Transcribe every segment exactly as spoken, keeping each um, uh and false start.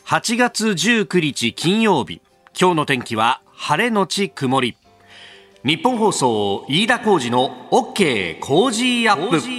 はちがつじゅうくにち金曜日、今日の天気は晴れのち曇り。日本放送飯田浩司の OK 工事アップ。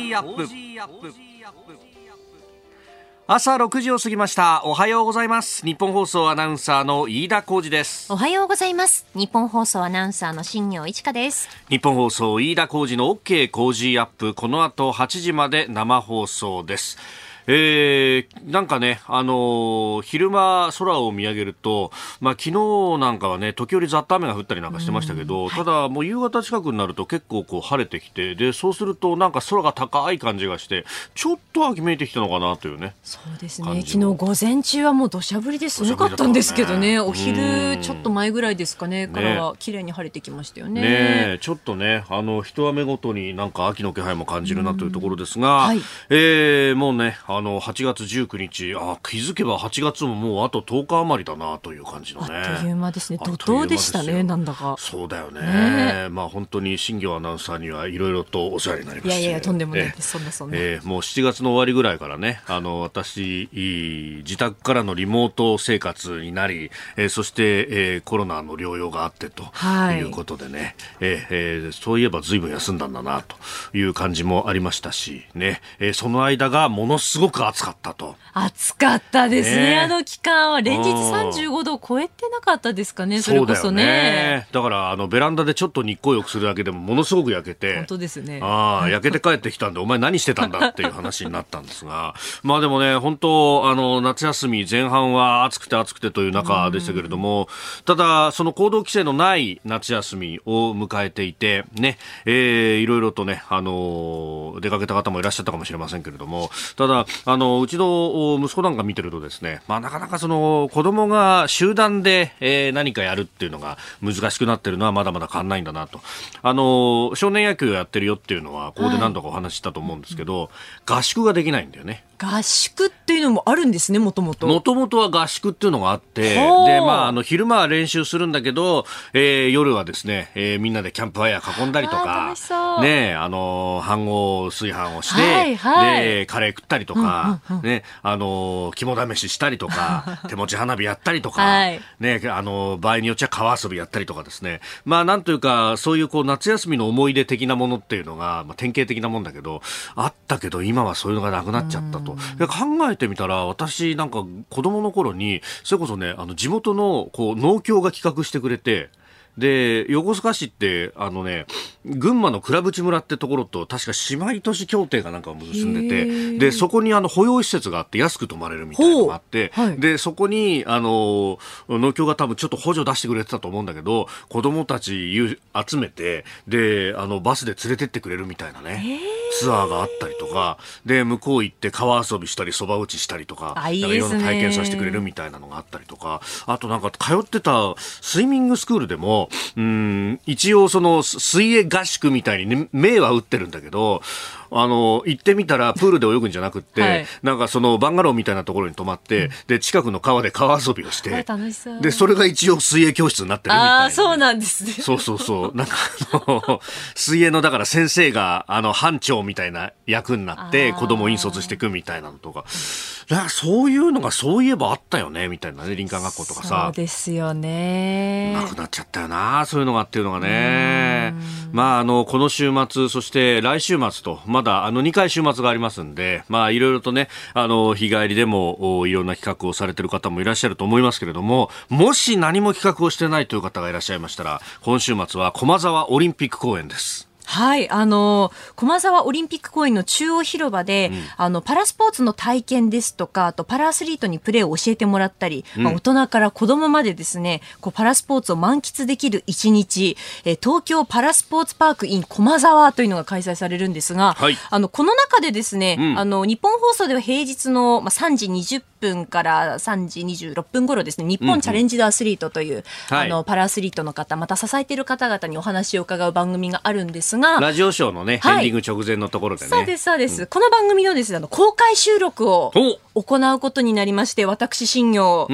朝ろくじを過ぎました。おはようございます。日本放送アナウンサーの飯田浩司です。 おはようございます。日本放送アナウンサーの新業一華です。 日本放送飯田浩司の OK 工事アップ、この後はちじまで生放送です。えー、なんかね、あのー、昼間空を見上げると、まあ、昨日なんかはね時折ざっと雨が降ったりなんかしてましたけど、はい、ただもう夕方近くになると結構こう晴れてきて、でそうするとなんか空が高い感じがしてちょっと秋めいてきたのかなというね。 そうですね、昨日午前中はもう土砂降りですごかったんですけどね、お昼ちょっと前ぐらいですかねからは綺麗に晴れてきましたよね。 ね、ちょっとね、あの一雨ごとになんか秋の気配も感じるなというところですが、はい、えー、もうねあのはちがつじゅうくにち、あ気づけばはちがつももうあととおか余りだなという感じのね。 あっという間ですね。怒涛でしたね。なんだかそうだよ ね, ねまあ本当に新業アナウンサーにはいろいろとお世話になりました、ね、 いやいやとんでもないです。そんなそんな、 えー、もうしちがつの終わりぐらいからね、あの私自宅からのリモート生活になり、えー、そして、えー、コロナの療養があってということでね、はい、えーえー、そういえば随分休んだんだなという感じもありましたしね、えー、その間がものすごく暑かったと。 暑かったです ね, ねあの期間は連日さんじゅうごどを超えてなかったですかね。それこそ ね, ねだからあのベランダでちょっと日光浴するだけでもものすごく焼けて、 本当ですね。 あ焼けて帰ってきたんでお前何してたんだっていう話になったんですがまあでもね本当あの夏休み前半は暑くて暑くてという中でしたけれども、ただその行動規制のない夏休みを迎えていてね、えー、いろいろとねあの出かけた方もいらっしゃったかもしれませんけれども、ただあのうちの息子なんか見てるとですね、まあ、なかなかその子供が集団で、えー、何かやるっていうのが難しくなってるのはまだまだ変わんないんだなと。あの少年野球やってるよっていうのはここで何度かお話ししたと思うんですけど、はい、合宿ができないんだよね。 合宿っていうのもあるんですね。もともともともとは合宿っていうのがあって、で、まあ、あの昼間は練習するんだけど、えー、夜はですね、えー、みんなでキャンプファイヤー囲んだりとかね、あの飯盒炊飯をして、はいはい、でカレー食ったりとか、うんうんうん、ね、あの肝試ししたりとか手持ち花火やったりとか、はい、ね、あの場合によっちゃ川遊びやったりとかですね、まあなんというかそういうこう夏休みの思い出的なものっていうのが、まあ、典型的なもんだけどあったけど今はそういうのがなくなっちゃったと。で考えてみたら私なんか子供の頃にそれこそねあの地元のこう農協が企画してくれて、で横須賀市ってあのね群馬の倉渕村ってところと確か姉妹都市協定かなんかを結んでて、でそこにあの保養施設があって安く泊まれるみたいなのがあって、はい、でそこにあの農協が多分ちょっと補助出してくれてたと思うんだけど、子供たち集めてであのバスで連れてってくれるみたいなねツアーがあったりとかで、向こう行って川遊びしたりそば打ちしたりとか、 いいですね、 いろんな体験させてくれるみたいなのがあったりとか、あとなんか通ってたスイミングスクールでもうん一応その水泳合宿みたいに、ね、目は打ってるんだけど、あの行ってみたらプールで泳ぐんじゃなくって、はい、なんかそのバンガローみたいなところに泊まって、うん、で近くの川で川遊びをして、 楽しそう。 でそれが一応水泳教室になってるみたいな、ね、 あそうなんですね。 そうそうそうなんかあの水泳のだから先生があの班長みたいな役になって子供を引率していくみたいなのとか、だからそういうのがそういえばあったよねみたいなね、林間学校とかさ。 そうですよね。 なくなっちゃったよなそういうのがっていうのがね。まああのこの週末そして来週末とまだあのにかい週末がありますんで、まあいろいろとねあの日帰りでもいろんな企画をされている方もいらっしゃると思いますけれども、もし何も企画をしてないという方がいらっしゃいましたら、今週末は駒沢オリンピック公園です。 はい、あの駒沢オリンピック公園の中央広場で、うん、あのパラスポーツの体験ですとか、あとパラアスリートにプレーを教えてもらったり、うんまあ、大人から子供までですね、こうパラスポーツを満喫できる一日、え東京パラスポーツパーク in 駒沢というのが開催されるんですが、はい、あのこの中でですね、うん、あの日本放送では平日の、まあ、さんじにじゅっぷんからさんじにじゅうろっぷん頃ですね、日本チャレンジドアスリートという、うんうん、あのパラアスリートの方、また支えている方々にお話を伺う番組があるんですが、 ラジオショーのね、はい、エンディング直前のところでね、 そうですそうです、うん、この番組のですね、あの公開収録を行うことになりまして、私新業、うん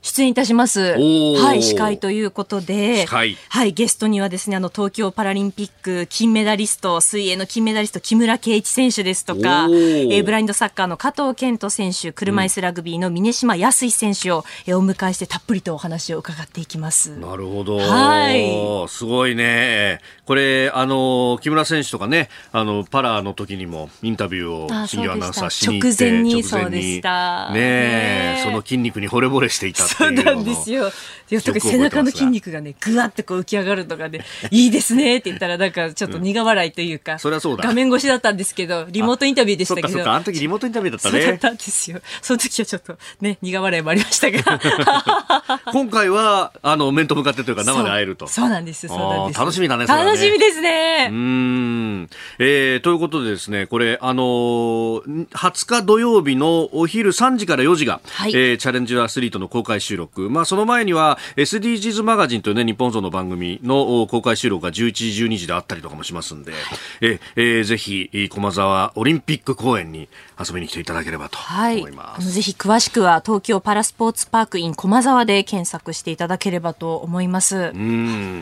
出演いたします。はい、司会ということで、はい、ゲストにはですね、あの東京パラリンピック金メダリスト、水泳の金メダリスト木村敬一選手ですとか、えー、ブラインドサッカーの加藤健人選手、車椅子ラグビーの峰島康選手を、えー、お迎えしてたっぷりとお話を伺っていきます。 なるほど、はい、すごいね。これあの木村選手とかね、あのパラの時にもインタビューを新業アナウンサーしに行って、 直前にそうでしたねえ、その筋肉に惚れ惚れしていたっていう。 そうなんですよ。特に背中の筋肉がね、ぐわってこう浮き上がるのがね、いいですねって言ったら、なんかちょっと苦笑いというか、うん、 そりゃそうだ。 画面越しだったんですけど、リモートインタビューでしたけど。 そっかそっか、あの時リモートインタビューだったね。 そうだったんですよ。その時はちょっとね、苦笑いもありましたが。 今回は、あの、面と向かってというか生で会えると。 そう、そうなんです、そうなんです。 楽しみだね、それはね。 楽しみですね。 うーん。えー、ということでですね、これ、あのー、はつか土曜日のお昼さんじからよじが、はい、えー、チャレンジアスリートの公開収録。まあ、その前には エスディージーズ マガジンというね、日本放送の番組の公開収録がじゅういちじじゅうにじであったりとかもしますんで、ええー、ぜひ駒沢オリンピック公園に遊びに来ていただければと思います。はい、 あのぜひ詳しくは東京パラスポーツパーク in 駒沢で検索していただければと思います。 うん、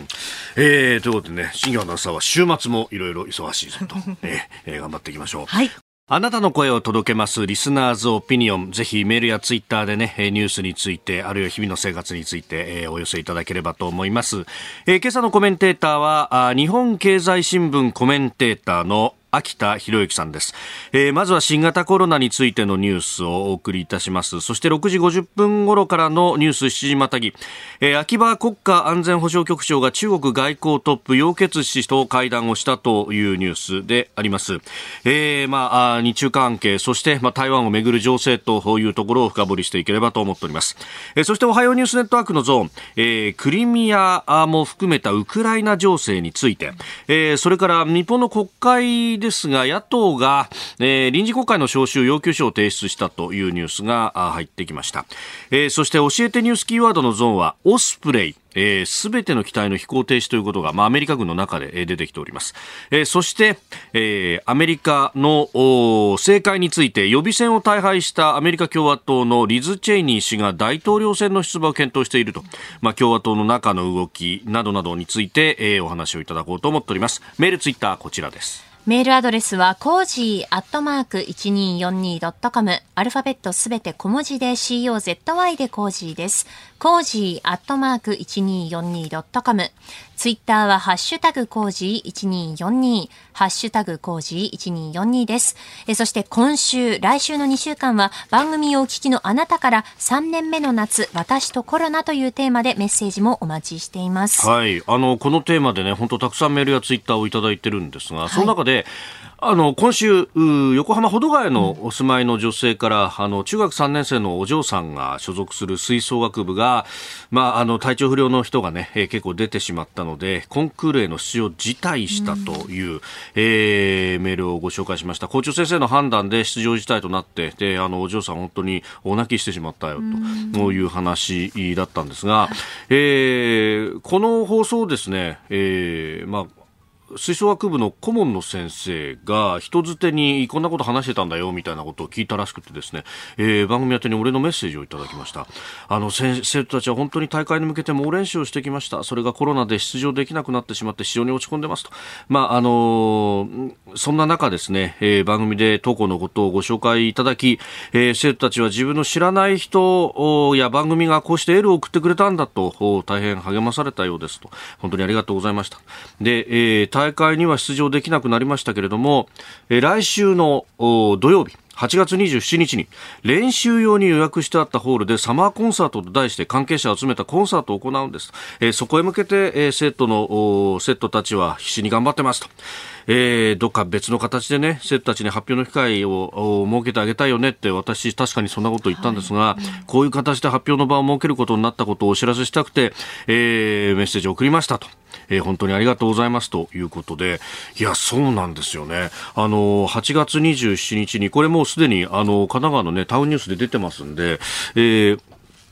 えー、ということでね、新業アナウンサーは週末もいろいろ忙しいぞと、えー、頑張っていきましょう。はい、あなたの声を届けますリスナーズオピニオン、ぜひメールやツイッターでね、ニュースについて、あるいは日々の生活について、えー、お寄せいただければと思います。えー、今朝のコメンテーターはあ日本経済新聞コメンテーターの秋田博之さんです。えー、まずは新型コロナについてのニュースをお送りいたします。そしてろくじごじゅっぷん頃からのニュースしちじまたぎ、えー、秋葉国家安全保障局長が中国外交トップ楊潔氏と会談をしたというニュースであります。えー、まあ日中関係、そしてまあ台湾をめぐる情勢というところを深掘りしていければと思っております。えー、そしておはようニュースネットワークのゾーン、えー、クリミアも含めたウクライナ情勢について、えー、それから日本の国会ですが野党が、えー、臨時国会の召集要求書を提出したというニュースが入ってきました。えー、そして教えてニュースキーワードのゾーンはオスプレイ、えー、全ての機体の飛行停止ということが、まあ、アメリカ軍の中で、えー、出てきております。えー、そして、えー、アメリカの政界について予備選を大敗したアメリカ共和党のリズ・チェイニー氏が大統領選の出馬を検討していると、まあ、共和党の中の動きなどなどについて、えー、お話をいただこうと思っております。メールツイッターこちらです。 メールアドレスはコージーアットマーク いちにーよんにードットコム、 アルファベットすべて小文字で コー でコージーです。コージーアットマーク いちにーよんにードットコム、 ツイッターはハッシュタグコージーいちにーよんにー、ハッシュタグコージーいちにーよんにーです。えそして今週来週のにしゅうかんは番組をお聞きのあなたからさんねんめの夏、私とコロナというテーマでメッセージもお待ちしています。 はい、あのこのテーマでね、本当たくさんメールやツイッターをいただいてるんですが、はい、その中であの今週横浜保土ヶ谷のお住まいの女性から、うん、あの中学さんねん生のお嬢さんが所属する吹奏楽部が、まあ、あの体調不良の人が、ね、えー、結構出てしまったのでコンクールへの出場を辞退したという、うん、えー、メールをご紹介しました。校長先生の判断で出場辞退となって、であのお嬢さん本当にお泣きしてしまったよと、うん、いう話だったんですが、えー、この放送ですね、えーまあ吹奏楽部の顧問の先生が人づてにこんなこと話してたんだよみたいなことを聞いたらしくてですね、えー、番組宛てに俺のメッセージをいただきました。あの生徒たちは本当に大会に向けて猛練習をしてきました。それがコロナで出場できなくなってしまって非常に落ち込んでますと。まああのー、そんな中ですね、えー、番組で当校のことをご紹介いただき、えー、生徒たちは自分の知らない人や番組がこうしてエールを送ってくれたんだと大変励まされたようですと。本当にありがとうございました。で、えー大会には出場できなくなりましたけれども、えー、来週の土曜日はちがつにじゅうしちにちに練習用に予約してあったホールでサマーコンサートと題して関係者を集めたコンサートを行うんです。えー、そこへ向けて、えー、生徒の生徒たちは必死に頑張ってますと。えー、どっか別の形でね生徒たちに発表の機会を設けてあげたいよねって私確かにそんなことを言ったんですが、はい、こういう形で発表の場を設けることになったことをお知らせしたくて、えー、メッセージを送りましたと。えー、本当にありがとうございますということで、いやそうなんですよね。あのはちがつにじゅうしちにちにこれもうすでにあの神奈川の、ね、タウンニュースで出てますんで、えー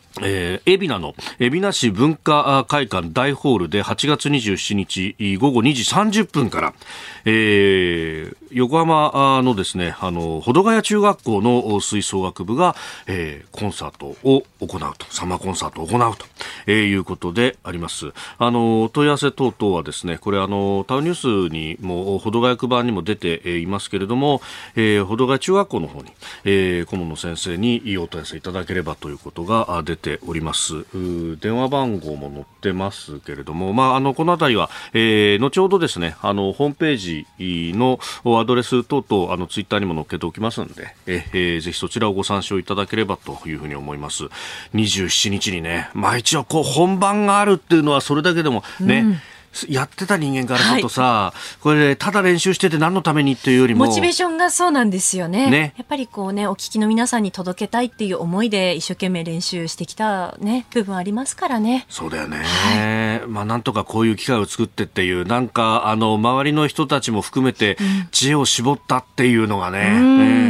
えー、海老名の海老名市文化会館大ホールではちがつにじゅうしちにちごごにじさんじゅっぷんから、えー、横浜のですね、あの保土ヶ谷中学校の吹奏楽部が、えー、コンサートを行うと、サマーコンサートを行うと、えー、いうことであります。あの問い合わせ等々はですね、これあのタウンニュースにも保土ヶ谷区版にも出ていますけれども、えー、保土ヶ谷中学校の方に、えー、顧問の先生にお問い合わせいただければということが出てております。電話番号も載ってますけれども、まあ、あのこのあたりは、えー、後ほどですね、あのホームページのアドレス等々あのツイッターにも載っけておきますので、えー、ぜひそちらをご参照いただければというふうに思います。にじゅうしちにちにね、まあ、一応こう本番があるっていうのはそれだけでもね、うんやってた人間からするとさ、はい、これただ練習してて何のためにっていうよりもモチベーションがそうなんですよ ね, ねやっぱりこうね、お聞きの皆さんに届けたいっていう思いで一生懸命練習してきた、ね、部分ありますからね。 そうだよね、はい、まあ、なんとかこういう機会を作ってっていう、なんかあの周りの人たちも含めて知恵を絞ったっていうのがね、うん、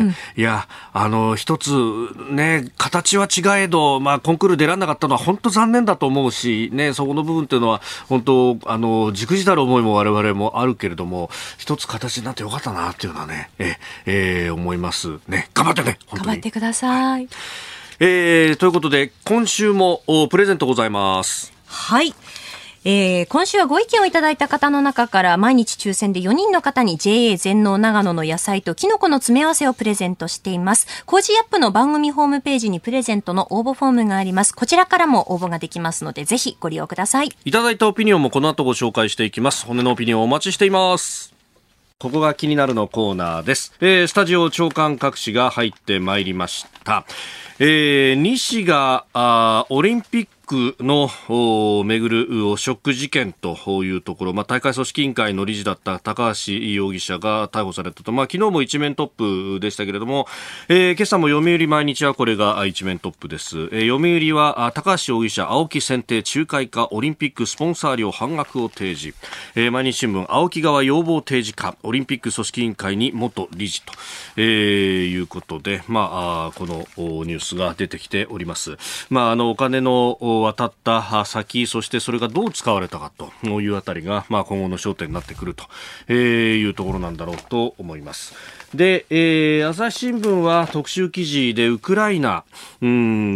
ねいやあの一つね、形は違えど、まあ、コンクール出られなかったのは本当残念だと思うし、ね、そこの部分っていうのは本当あのじくじたる思いも我々もあるけれども、一つ形になってよかったなっていうのはね、ええー、思いますね。頑張ってね、本当に頑張ってください、 えー、ということで今週もプレゼントございます。 はい、えー、今週はご意見をいただいた方の中から毎日抽選でよにんの方に ジェーエー 全農長野の野菜とキノコの詰め合わせをプレゼントしています。コージーアップの番組ホームページにプレゼントの応募フォームがあります。こちらからも応募ができますのでぜひご利用ください。 いただいたオピニオンもこの後ご紹介していきます。骨のオピニオンお待ちしています。ここが気になるのコーナーです。えー、スタジオ長官各紙が入ってまいりました。えー、西があオリンピックのめぐる汚職事件というところ、まあ、大会組織委員会の理事だった高橋容疑者が逮捕されたと、まあ、昨日も一面トップでしたけれども、えー、今朝も読売毎日はこれが一面トップです。えー、読売は高橋容疑者青木選定仲介かオリンピックスポンサー料半額を提示、えー、毎日新聞青木側要望提示かオリンピック組織委員会に元理事と、えー、いうことで、まあ、あこのニュースが出てきております。まあ、あのお金の渡った先、そしてそれがどう使われたかというあたりが、まあ、今後の焦点になってくるというところなんだろうと思います。で、えー、朝日新聞は特集記事でウクライナ、うん、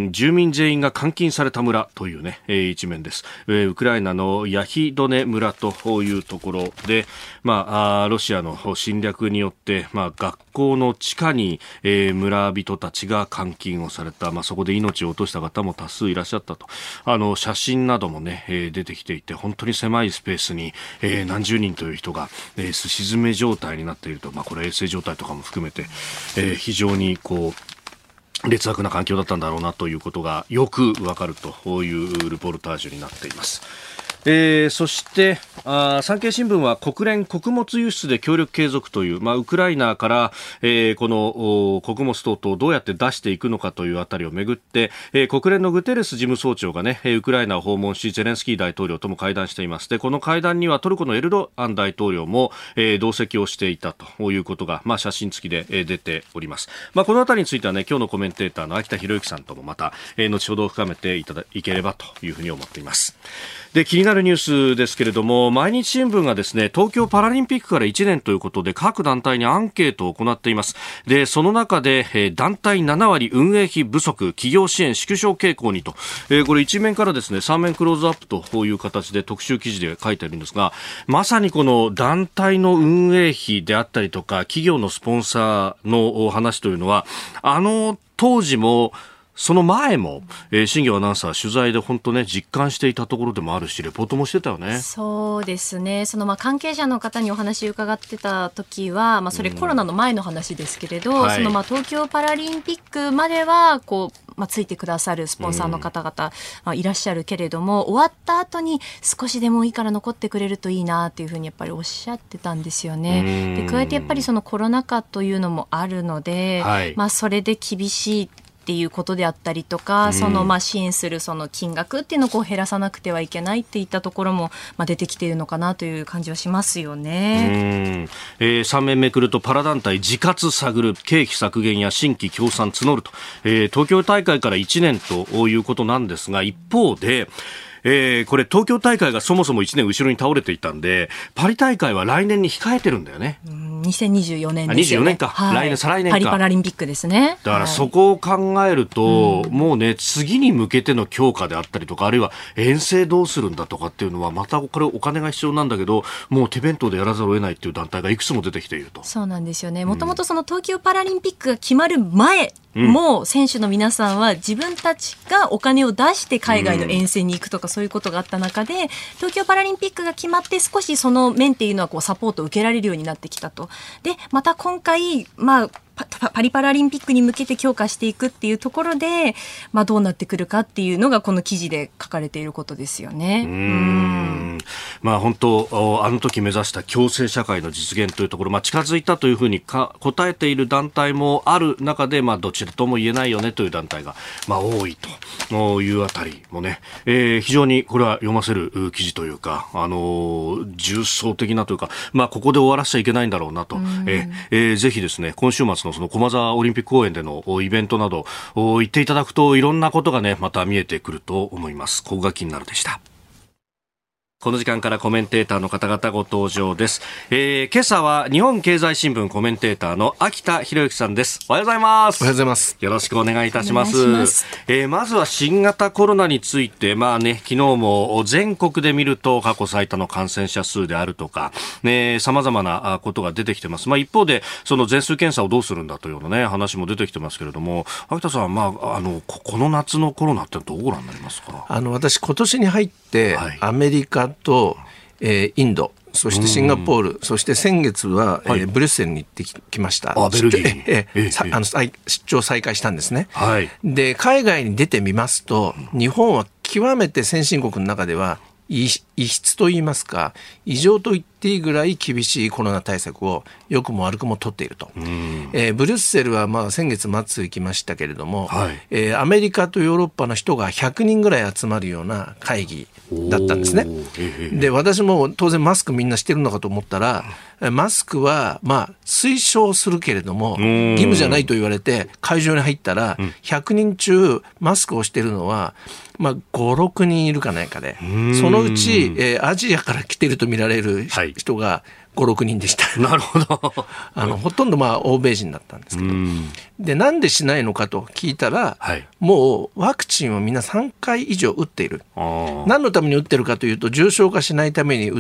住民全員が監禁された村というね、えー、一面です。えー、ウクライナのヤヒドネ村というところで、まあ、あロシアの侵略によって、まあ、学校の地下に、えー、村人たちが監禁をされた、まあ、そこで命を落とした方も多数いらっしゃったと、あの写真などもね、えー、出てきていて、本当に狭いスペースに、えー、何十人という人が、えー、すし詰め状態になっていると、まあ、これ衛生状態とかも含めて、えー、非常にこう劣悪な環境だったんだろうなということがよくわかるというルポルタージュになっています。えー、そしてあ産経新聞は国連穀物輸出で協力継続という、まあ、ウクライナから、えー、この穀物等々をどうやって出していくのかというあたりをめぐって、えー、国連のグテーレス事務総長が、ね、ウクライナを訪問しゼレンスキー大統領とも会談しています。でこの会談にはトルコのエルドアン大統領も、えー、同席をしていたということが、まあ、写真付きで、えー、出ております。まあ、このあたりについては、ね、今日のコメンテーターの秋田博之さんともまた、えー、後ほど深めていただいければというふうに思っています。で気になるニュースですけれども、毎日新聞がですね、東京パラリンピックからいちねんということで各団体にアンケートを行っています。でその中で、えー、団体ななわり運営費不足、企業支援縮小傾向にと、えー、これ一面からですねさん面クローズアップという形で特集記事で書いてあるんですが、まさにこの団体の運営費であったりとか企業のスポンサーの話というのは、あの当時もその前も、えー、新業アナウンサー取材で本当ね実感していたところでもあるし、レポートもしてたよね。 そうですね。そのまあ関係者の方にお話を伺ってた時は、まあ、それコロナの前の話ですけれど、うん、そのまあ東京パラリンピックまではこう、まあ、ついてくださるスポンサーの方々、まあ、いらっしゃるけれども、終わった後に少しでもいいから残ってくれるといいなというふうにやっぱりおっしゃってたんですよね。で加えてやっぱりそのコロナ禍というのもあるので、はい、まあ、それで厳しいっていうことであったりとか、うん、そのまあ支援するその金額っていうのをこう減らさなくてはいけないっていったところもまあ出てきているのかなという感じはしますよね。 うん、えー、さん面めくるとパラ団体自活探る、経費削減や新規協賛募ると、えー、東京大会からいちねんということなんですが、一方でえー、これ東京大会がそもそもいちねん後ろに倒れていたんで、パリ大会は来年に控えてるんだよね。 うん、にせんにじゅうよねんですよね。 にじゅうよねんか、はい、来年再来年か、 パリパラリンピックですね。 だからそこを考えると、はい、もうね次に向けての強化であったりとか、あるいは遠征どうするんだとかっていうのはまたこれお金が必要なんだけど、もう手弁当でやらざるを得ないっていう団体がいくつも出てきていると。 そうなんですよね。もともとその東京パラリンピックが決まる前、うん、もう選手の皆さんは自分たちがお金を出して海外の遠征に行くとか、そういうことがあった中で、東京パラリンピックが決まって少しその面っていうのはこうサポートを受けられるようになってきたと。でまた今回、まあパ, パリパラリンピックに向けて強化していくっていうところで、まあ、どうなってくるかっていうのがこの記事で書かれていることですよね。 うーん、まあ、本当あの時目指した共生社会の実現というところ、まあ、近づいたというふうにか答えている団体もある中で、まあ、どちらとも言えないよねという団体が、まあ、多いというあたりもね、えー、非常にこれは読ませる記事というか、あのー、重層的なというか、まあ、ここで終わらせちゃいけないんだろうなと、えーえー、ぜひですね今週末のその駒沢オリンピック公園でのイベントなど行っていただくといろんなことがねまた見えてくると思います。ここが気になるでした。この時間からコメンテーターの方々ご登場です。えー、今朝は日本経済新聞コメンテーターの秋田博之さんです。おはようございます。 おはようございます。 よろしくお願いいたします。ます、えー、まずは新型コロナについて、まあね、昨日も全国で見ると過去最多の感染者数であるとか、ね、様々なことが出てきてます。まあ一方で、その全数検査をどうするんだというようなね、話も出てきてますけれども、秋田さん、まあ、あの、この夏のコロナってどうご覧になりますか？ あの、私今年に入って、はい、アメリカと、えー、インド、そしてシンガポール、うん、そして先月は、はい、えー、ブリュッセルに行ってき、きました。 あ、ベルギーに、 えーえー、あの出張再開したんですね、 はい、 で海外に出てみますと、日本は極めて先進国の中では異質といいますか、異常と言っていいぐらい厳しいコロナ対策を良くも悪くも取っていると、うんえー、ブリュッセルはまあ先月末行きましたけれども、はいえー、アメリカとヨーロッパの人がひゃくにんぐらい集まるような会議だったんですね。で私も当然マスクみんなしてるのかと思ったら、マスクはまあ推奨するけれども義務じゃないと言われて会場に入ったら、ひゃくにん中マスクをしてるのはまあ、ご、ろくにんいるかないかで、そのうち、えー、アジアから来ていると見られる人がご、ろくにんでした。 なるほど。 あのほとんどまあ欧米人だったんですけど、でなんでしないのかと聞いたら、はい、もうワクチンをみんなさんかい以上打っている。何のために打ってるかというと、重症化しないために打って、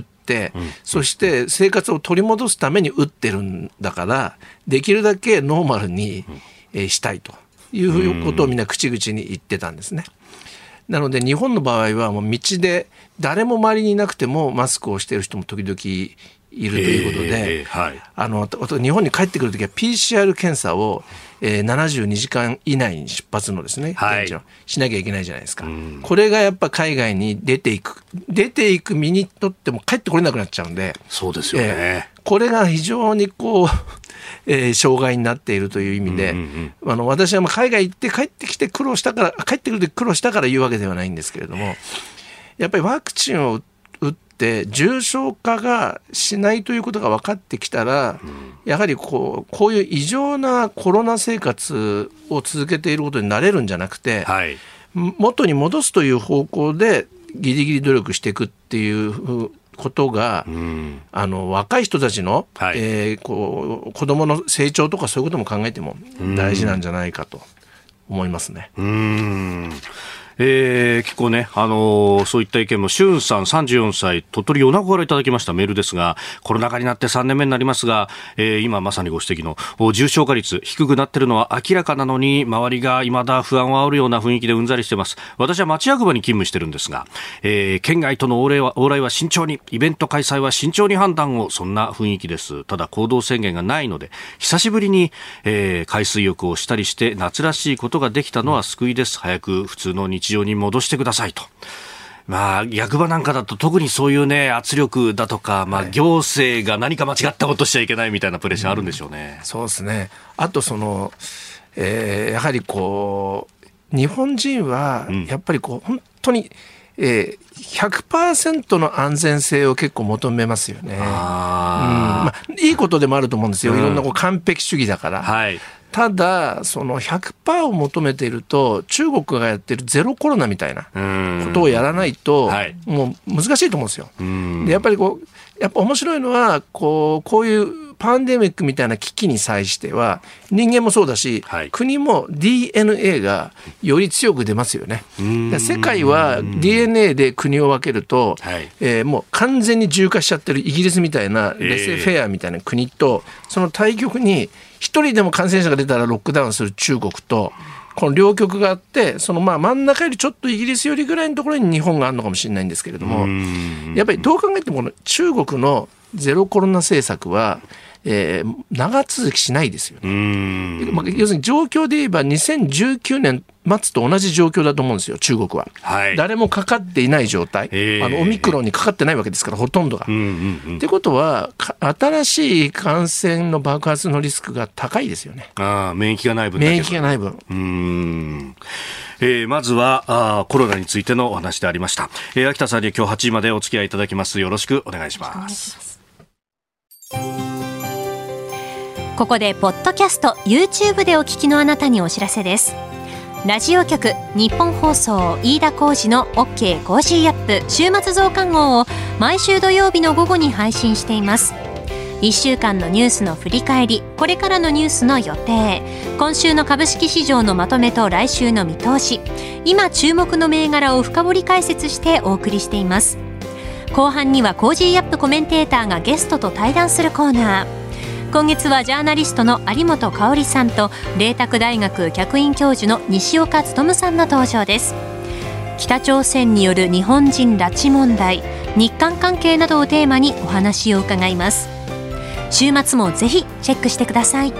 うん、そして生活を取り戻すために打ってるんだから、できるだけノーマルに、えー、したいということをみんな口々に言ってたんですね。なので日本の場合はもう道で誰も周りにいなくてもマスクをしている人も時々いるということで、えーはい、あの日本に帰ってくるときは ピーシーアール 検査を、えー、ななじゅうにじかん以内に出発のですね、はい、しなきゃいけないじゃないですか。これがやっぱ海外に出ていく出ていく身にとっても帰ってこれなくなっちゃうんで、 そうですよね、 えー、これが非常にこうえー、障害になっているという意味で、うんうんうん、あの私はまあ海外行って帰ってきて苦労したから帰ってくると苦労したから言うわけではないんですけれども、やっぱりワクチンを打って重症化がしないということが分かってきたら、うん、やはりこう、こういう異常なコロナ生活を続けていることになれるんじゃなくて、はい、元に戻すという方向でギリギリ努力していくっていうことが、うん、あの若い人たちの、はいえー、こう子どもの成長とかそういうことも考えても大事なんじゃないかと思いますね。 うーんえー、結構ね、あのー、そういった意見も、しゅんさんさんじゅうよんさい、鳥取米子からいただきましたメールですが、コロナ禍になってさんねんめになりますが、えー、今まさにご指摘の重症化率低くなっているのは明らかなのに、周りが未だ不安を煽るような雰囲気でうんざりしています。私は町役場に勤務してるんですが、えー、県外との往来は、往来は慎重に、イベント開催は慎重に判断を、そんな雰囲気です。ただ行動制限がないので、久しぶりに、えー、海水浴をしたりして夏らしいことができたのは救いです。早く普通の日日常に戻してくださいと。まあ、役場なんかだと特にそういうね圧力だとか、まあ、行政が何か間違ったことしちゃいけないみたいなプレッシャーあるんでしょうね。 うん、そうですね。あとそのえー、やはりこう日本人はやっぱりこう本当に、えー、ひゃくパーセント の安全性を結構求めますよね。あ、うんまあ、いいことでもあると思うんですよ、うん、いろんなこう完璧主義だから、はい、ただその ひゃくパーセント を求めていると中国がやってるゼロコロナみたいなことをやらないともう難しいと思うんですよ。でやっぱりこうやっぱ面白いのはこう、こういうパンデミックみたいな危機に際しては人間もそうだし、はい、国も ディーエヌエー がより強く出ますよね。世界は ディーエヌエー で国を分けると、はいえー、もう完全に自由化しちゃってるイギリスみたいなレセフェアみたいな国と、えー、その対極に一人でも感染者が出たらロックダウンする中国とこの両極があって、そのまあ真ん中よりちょっとイギリスよりぐらいのところに日本があるのかもしれないんですけれども、やっぱりどう考えてもこの中国のゼロコロナ政策は、えー、長続きしないですよね。うーん、まあ、要するに状況で言えばにせんじゅうきゅうねん末と同じ状況だと思うんですよ、中国は、はい、誰もかかっていない状態、あのオミクロンにかかってないわけですからほとんどが。と、うんうんうん、いうことは新しい感染の爆発のリスクが高いですよね。 あ、免疫がない分だけ。 免疫がない分。 うーん、えー、まずはあコロナについてのお話でありました。えー、秋田さんに今日はちじまでお付き合いいただきます。よろしくお願いします。 ここでポッドキャスト YouTube でお聞きのあなたにお知らせです。ラジオ局日本放送飯田浩司の OK コージーアップ週末増刊号を毎週土曜日の午後に配信しています。いっしゅうかんのニュースの振り返り、これからのニュースの予定、今週の株式市場のまとめと来週の見通し、今注目の銘柄を深掘り解説してお送りしています。後半にはコージーアップコメンテーターがゲストと対談するコーナー。今月はジャーナリストの有本香里さんと麗澤大学客員教授の西岡努さんの登場です。北朝鮮による日本人拉致問題、日韓関係などをテーマにお話を伺います。週末もぜひチェックしてください。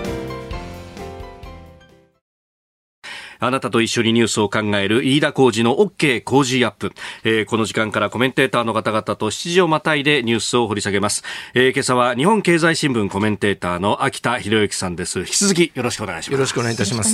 あなたと一緒にニュースを考える飯田浩司の OK コージーアップ、えー、この時間からコメンテーターの方々としちじをまたいでニュースを掘り下げます。えー、今朝は日本経済新聞コメンテーターの秋田博之さんです。引き続きよろしくお願いします。 よろしくお願いいたします。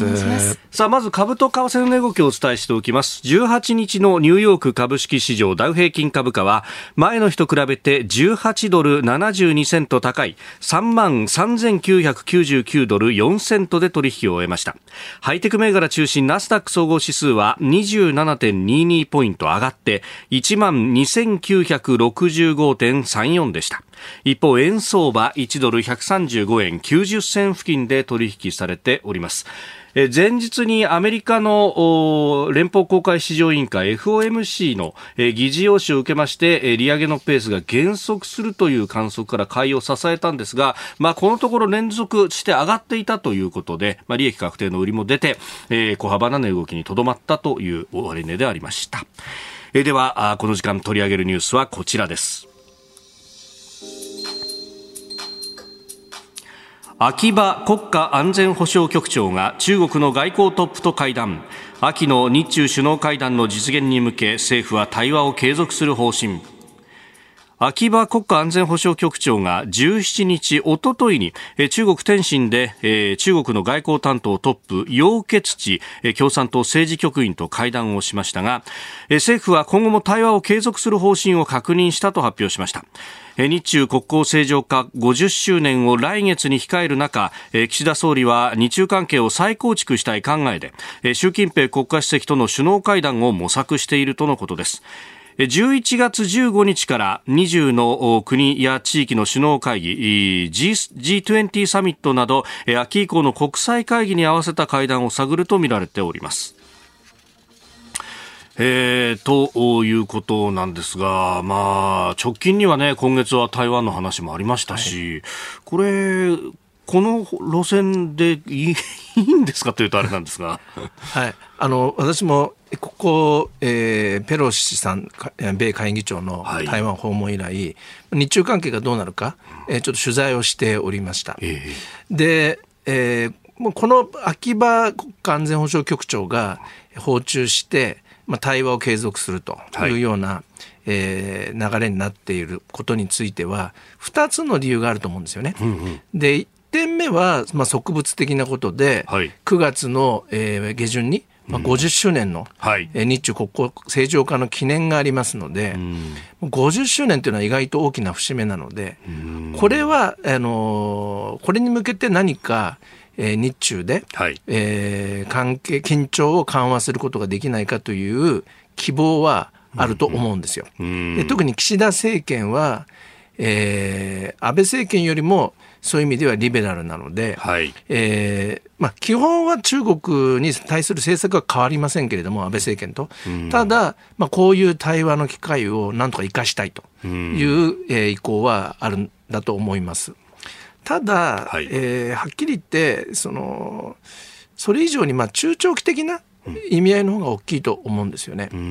さあ、まず株と為替の値動きをお伝えしておきます。じゅうはちにちのニューヨーク株式市場ダウ平均株価は前の日と比べてじゅうはちドルななじゅうにセント高い さんまんさんぜんきゅうひゃくきゅうじゅうきゅうドルよんセントで取引を終えました。ハイテク銘柄中心ナスダック総合指数は にじゅうななてんにに ポイント上がっていちまんにせんきゅうひゃくろくじゅうごてんさんよん でした。一方、円相場いちドルひゃくさんじゅうごえんきゅうじゅっせん付近で取引されております。前日にアメリカの連邦公開市場委員会 エフオーエムシー の議事要旨を受けまして利上げのペースが減速するという観測から買いを支えたんですが、まあ、このところ連続して上がっていたということで、まあ、利益確定の売りも出て、えー、小幅な値動きにとどまったという終値でありました。えー、ではこの時間取り上げるニュースはこちらです。秋葉国家安全保障局長が中国の外交トップと会談。秋の日中首脳会談の実現に向け政府は対話を継続する方針。秋葉国家安全保障局長がじゅうしちにち、おとといに中国天津で中国の外交担当トップ楊潔チ共産党政治局員と会談をしましたが、政府は今後も対話を継続する方針を確認したと発表しました。日中国交正常化ごじゅっしゅうねんを来月に控える中、岸田総理は日中関係を再構築したい考えで、習近平国家主席との首脳会談を模索しているとのことです。じゅういちがつじゅうごにちからにじゅうの国や地域の首脳会議 ジーにじゅう サミットなど秋以降の国際会議に合わせた会談を探るとみられております。えー、ということなんですが、まあ、直近にはね、今月は台湾の話もありましたし、はい、これこの路線でいい、いいんですかというとあれなんですが、 はい、あの私もここ、えー、ペロシさん米下院議長の台湾訪問以来、はい、日中関係がどうなるか、えー、ちょっと取材をしておりました。えー、で、えー、もうこの秋葉国家安全保障局長が訪中してまあ、対話を継続するというような、はいえー、流れになっていることについてはふたつの理由があると思うんですよね。うんうん、でてんめは、まあ、植物的なことで、はい、くがつの、えー、下旬に、まあ、ごじゅっしゅうねんの、うんはい、日中国交正常化の記念がありますので、うん、ごじゅっしゅうねんというのは意外と大きな節目なので、うん、これはあのー、これに向けて何か、えー、日中で、はいえー、関係緊張を緩和することができないかという希望はあると思うんですよ。うん、で特に岸田政権は、えー、安倍政権よりもそういう意味ではリベラルなので、はいえーまあ、基本は中国に対する政策は変わりませんけれども、安倍政権と、うん、ただ、まあ、こういう対話の機会をなんとか生かしたいという、うんえー、意向はあるんだと思います。ただ、はいえー、はっきり言ってそのそれ以上にまあ中長期的な意味合いの方が大きいと思うんですよね。うん、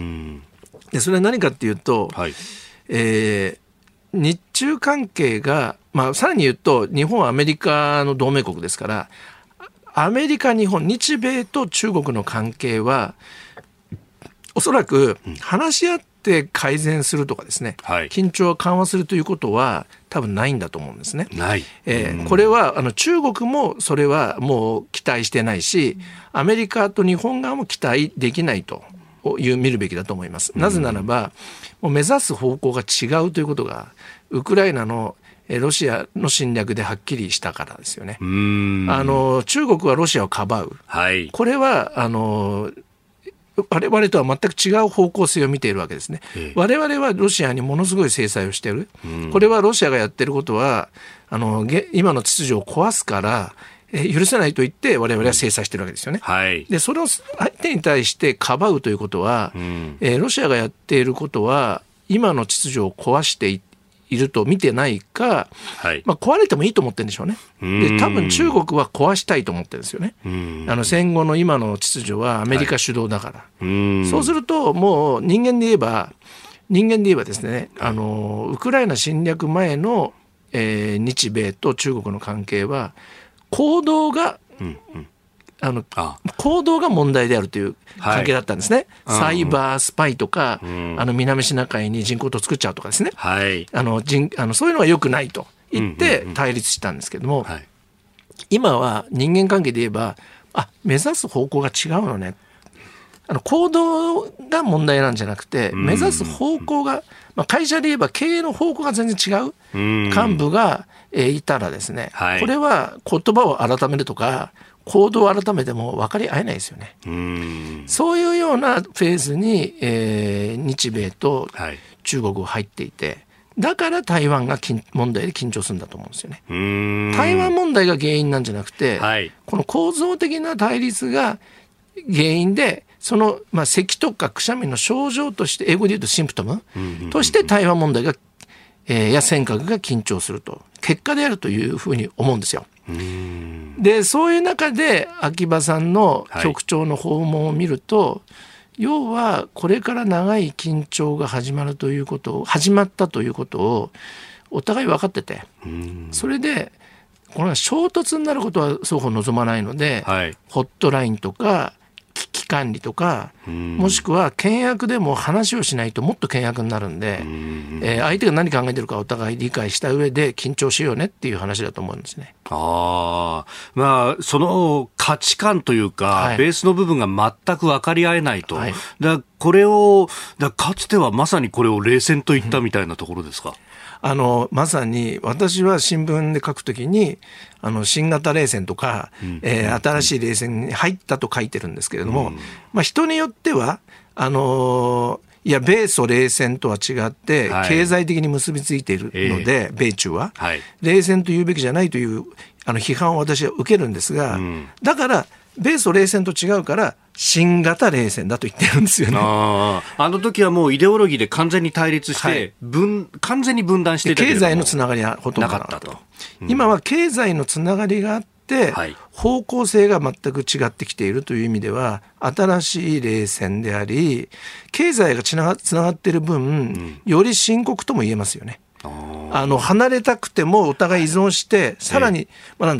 でそれは何かっていうと、はいえー日中関係が、まあ、さらに言うと日本はアメリカの同盟国ですから、アメリカ、日本、日米と中国の関係はおそらく話し合って改善するとかですね、はい、緊張を緩和するということは多分ないんだと思うんですね。ない、えー、これはあの中国もそれはもう期待してないし、アメリカと日本側も期待できないという見るべきだと思います。なぜならば、もう目指す方向が違うということがウクライナのロシアの侵略ではっきりしたからですよね。うーんあの中国はロシアをかばう、はい、これはあの我々とは全く違う方向性を見ているわけですね。我々はロシアにものすごい制裁をしている。これはロシアがやっていることはあの今の秩序を壊すから許せないと言って我々は制裁してるわけですよね。はい、でそれを相手に対してかばうということは、うんえー、ロシアがやっていることは今の秩序を壊していると見てないか、はいまあ、壊れてもいいと思ってるんでしょうね。で多分中国は壊したいと思ってるんですよね。あの戦後の今の秩序はアメリカ主導だから、はい、そうするともう人間で言えば人間で言えばですね、あのウクライナ侵略前の、えー、日米と中国の関係は行動が、うんうん、あのあ行動が問題であるという関係だったんですね。はい、サイバースパイとか、うん、あの南シナ海に人工島作っちゃうとかですね、はい、あの人あのそういうのは良くないと言って対立したんですけども、うんうんうんはい、今は人間関係で言えばあ目指す方向が違うのね、あの行動が問題なんじゃなくて目指す方向が、まあ、会社で言えば経営の方向が全然違う幹部がいたらですね、はい、これは言葉を改めるとか行動を改めても分かり合えないですよね。うーんそういうようなフェーズに、えー、日米と中国は入っていて、だから台湾が問題で緊張するんだと思うんですよね。うーん台湾問題が原因なんじゃなくて、はい、この構造的な対立が原因でその、まあ、咳とかくしゃみの症状として英語で言うとシンプトムとして台湾問題がえー、や尖閣が緊張すると結果であるというふうに思うんですよ。うーんでそういう中で秋葉さんの局長の訪問を見ると、はい、要はこれから長い緊張が始まるということを始まったということをお互い分かってて、うんそれでこれは衝突になることは双方望まないので、はい、ホットラインとか危機管理とか、もしくは険悪でも話をしないともっと険悪になるんで、んえー、相手が何考えてるかお互い理解した上で緊張しようねっていう話だと思うんですね。 あまあ、その価値観というか、はい、ベースの部分が全く分かり合えないと、はい、だこれをだかつてはまさにこれを冷戦と言ったみたいなところですか。うんあのまさに私は新聞で書くときにあの新型冷戦とか、うんえー、新しい冷戦に入ったと書いてるんですけれども、うんまあ、人によってはあのいや米ソ冷戦とは違って経済的に結びついているので、はい、米中は、はい、冷戦と言うべきじゃないというあの批判を私は受けるんですが、うん、だから米ソ冷戦と違うから新型冷戦だと言ってるんですよね。 あ, あの時はもうイデオロギーで完全に対立して、はい、分完全に分断していたけれども経済のつながりはほとんどなかったと、うん、今は経済のつながりがあって、はい、方向性が全く違ってきているという意味では新しい冷戦であり経済がつなが, つながっている分、うん、より深刻とも言えますよね。ああの離れたくてもお互い依存してさらに、えーまあ、なんだろう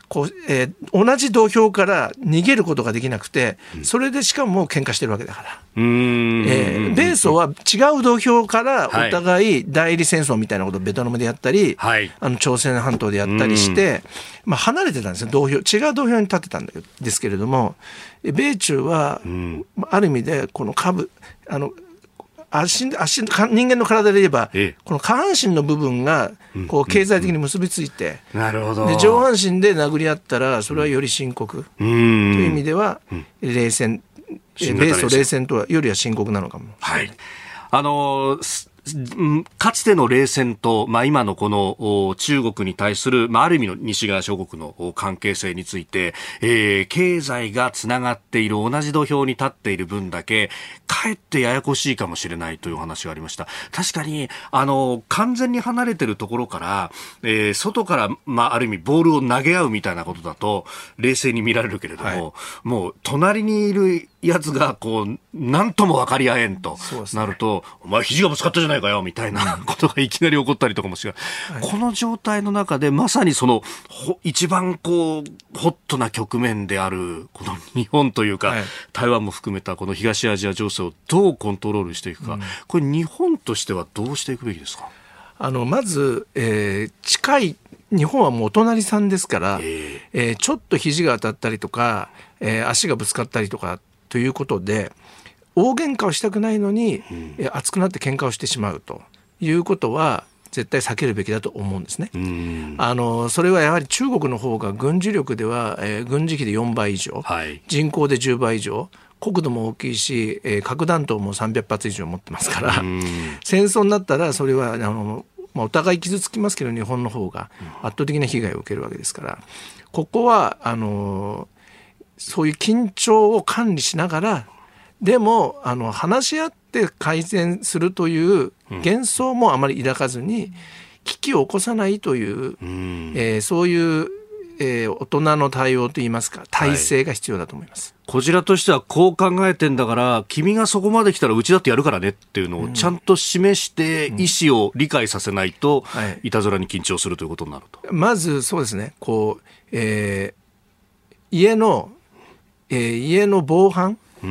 こう、えー、同じ土俵から逃げることができなくて、それでしかも喧嘩してるわけだから、うーん、えー、米ソは違う土俵からお互い代理戦争みたいなことをベトナムでやったり、はい、あの朝鮮半島でやったりして、まあ、離れてたんですよ。土俵違う土俵に立ってたんですけれども、米中はある意味でこの株あの足足人間の体で言えば、ええ、この下半身の部分がこう経済的に結びついて、 うんうんうん、なるほど。 で上半身で殴り合ったらそれはより深刻、うん、という意味では、うん、冷戦米ソ冷戦とはよりは深刻なのかも。 はい、あのーかつての冷戦と、まあ、今のこの中国に対する、まあ、ある意味の西側諸国の関係性について、えー、経済がつながっている同じ土俵に立っている分だけかえってややこしいかもしれないというお話がありました。確かにあの完全に離れているところから、えー、外から、まあ、ある意味ボールを投げ合うみたいなことだと冷静に見られるけれども、はい、もう隣にいるやつがこう何とも分かり合えんとなると、ね、お前肘がぶつかったじゃないかよみたいなことがいきなり起こったりとかもしれない、はい、この状態の中でまさにその一番こうホットな局面であるこの日本というか、はい、台湾も含めたこの東アジア情勢をどうコントロールしていくか、うん、これ日本としてはどうしていくべきですか。 あのまず、えー、近い日本はもうお隣さんですから、えーえー、ちょっと肘が当たったりとか、えー、足がぶつかったりとかということで大喧嘩をしたくないのに、うん、え熱くなって喧嘩をしてしまうということは絶対避けるべきだと思うんですね。うんあのそれはやはり中国の方が軍事力では、えー、軍事費でよんばい以上、はい、人口でじゅうばい以上国土も大きいし、えー、核弾頭もさんびゃくはつ以上持ってますから戦争になったらそれはあの、まあ、お互い傷つきますけど日本の方が圧倒的な被害を受けるわけですからここはあのそういう緊張を管理しながらでもあの話し合って改善するという幻想もあまり抱かずに危機を起こさないという、うんえー、そういう、えー、大人の対応といいますか体制が必要だと思います、 はい、こちらとしてはこう考えてんだから君がそこまで来たらうちだってやるからねっていうのをちゃんと示して意思を理解させないと、うんはい、いたずらに緊張するということになるとまずそうですねこう、えー、家のえー、家の防犯、うん、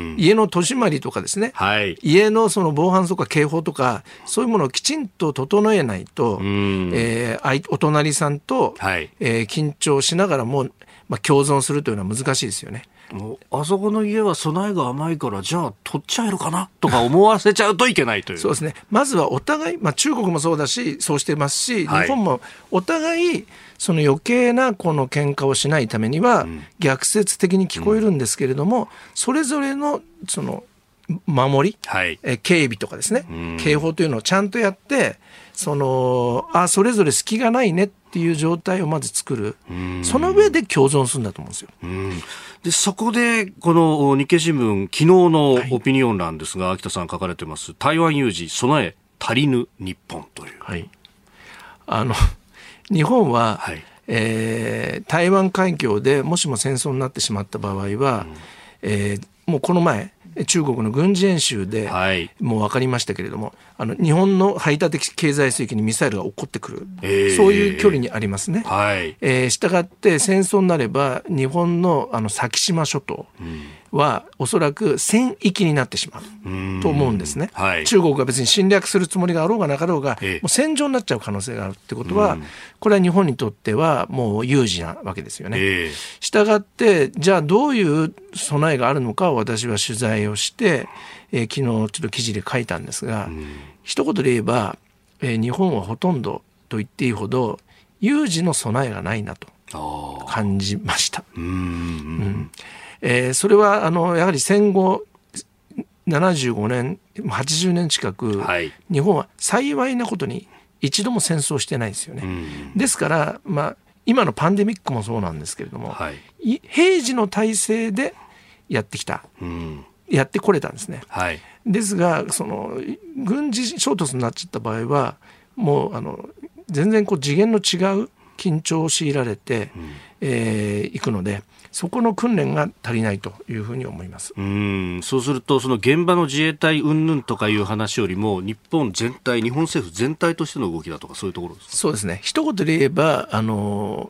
家の戸締まりとかですね、はい、家のその防犯とか警報とかそういうものをきちんと整えないと、うんえー、お隣さんと、はいえー、緊張しながらも、まあ、共存するというのは難しいですよね。 もうあそこの家は備えが甘いからじゃあ取っちゃえるかなとか思わせちゃうといけないというそうですねまずはお互い、まあ、中国もそうだしそうしてますし、はい、日本もお互いその余計なこの喧嘩をしないためには逆説的に聞こえるんですけれども、うん、それぞれのその守り、はい、え警備とかですね、うん、警報というのをちゃんとやってそのあそれぞれ隙がないねっていう状態をまず作る、うん、その上で共存するんだと思うんですよ、うん、 でそこでこの日経新聞昨日のオピニオン欄ですが、はい、秋田さん書かれてます台湾有事備え足りぬ日本という、はい、 あの日本は、はいえー、台湾海峡でもしも戦争になってしまった場合は、うんえー、もうこの前中国の軍事演習でもう分かりましたけれども、はい、あの日本の排他的経済水域にミサイルが起こってくる、えー、そういう距離にありますね、はいえー、したがって戦争になれば日本 の, あの先島諸島はおそらく戦域になってしまうと思うんですね、はい、中国が別に侵略するつもりがあろうがなかろうが、えー、もう戦場になっちゃう可能性があるってことはこれは日本にとってはもう有事なわけですよね、えー、したがってじゃあどういう備えがあるのかを私は取材をして、えー、昨日ちょっと記事で書いたんですが、うん、一言で言えば、えー、日本はほとんどと言っていいほど有事の備えがないなと感じました。うんうんえー、それはあのやはり戦後ななじゅうごねんはちじゅうねん近く、はい、日本は幸いなことに一度も戦争してないですよね、うん、ですから、まあ、今のパンデミックもそうなんですけれども、はい、平時の体制でやってきた、うん、やってこれたんですね、はい、ですがその軍事衝突になっちゃった場合はもうあの全然こう次元の違う緊張を強いられて、うんえー、いくのでそこの訓練が足りないというふうに思います。 うーんそうするとその現場の自衛隊云々とかいう話よりも日本全体日本政府全体としての動きだとかそういうところですか。 そうですね一言で言えばあの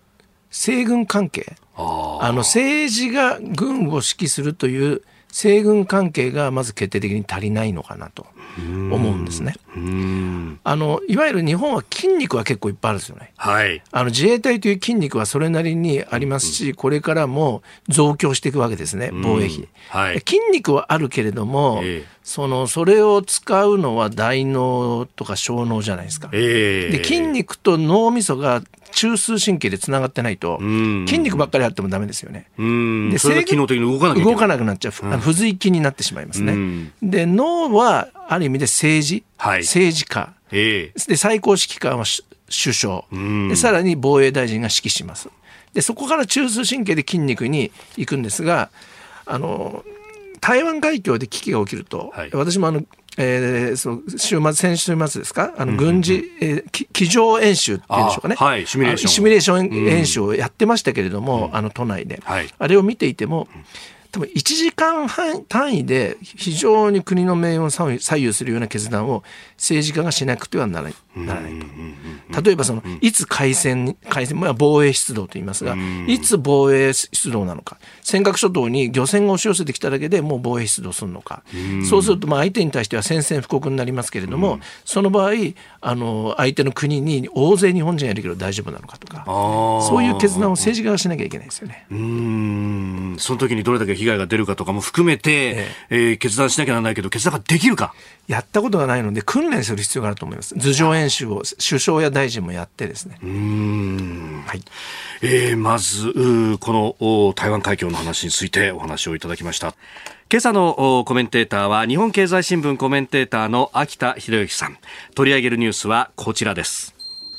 西軍関係、ああの政治が軍を指揮するという西軍関係がまず決定的に足りないのかなと思うんですね。 うーんあのいわゆる日本は筋肉は結構いっぱいあるんですよね。 はい、 あの自衛隊という筋肉はそれなりにありますし、これからも増強していくわけですね、防衛費、 はい、 筋肉はあるけれども、えー、そのそれを使うのは大脳とか小脳じゃないですか、えー、で筋肉と脳みそが中枢神経でつながってないと筋肉ばっかりあってもダメですよね。 うんでそれが機能的に動かなきゃいけない、 動かなくなっちゃう、うん、不随筋になってしまいますね。で脳はある意味で政治、はい、政治家、えー、で最高指揮官は首相で、さらに防衛大臣が指揮します。でそこから中枢神経で筋肉に行くんですが、あの台湾海峡で危機が起きると、はい、私もあのえー、そう週末先週末ですか、あの軍事、うんうんうんえー、机上演習っていうんでしょうかね、 はい、シミュレーションシミュレーション演習をやってましたけれども、うん、あの都内で、はい、あれを見ていても多分いちじかんはん単位で非常に国の命運を左右するような決断を政治家がしなくてはならない、ならないと。例えばそのいつ開戦、開戦、まあ、防衛出動と言いますが、いつ防衛出動なのか、尖閣諸島に漁船が押し寄せてきただけでもう防衛出動するのか、そうするとまあ相手に対しては宣戦布告になりますけれども、その場合あの相手の国に大勢日本人がいるけど大丈夫なのかとか、そういう決断を政治家がしなきゃいけないですよね。 うーんその時にどれだけ被害が出るかとかも含めて、えええー、決断しなきゃならないけど決断ができるか、 やったことがないので訓練する必要があると思います。図上演習を首相や大臣もやってですね。 うーん、はいえー、まずこの台湾海峡の話についてお話をいただきました。今朝のコメンテーターは日本経済新聞コメンテーターの秋田博之さん。取り上げるニュースはこちらです。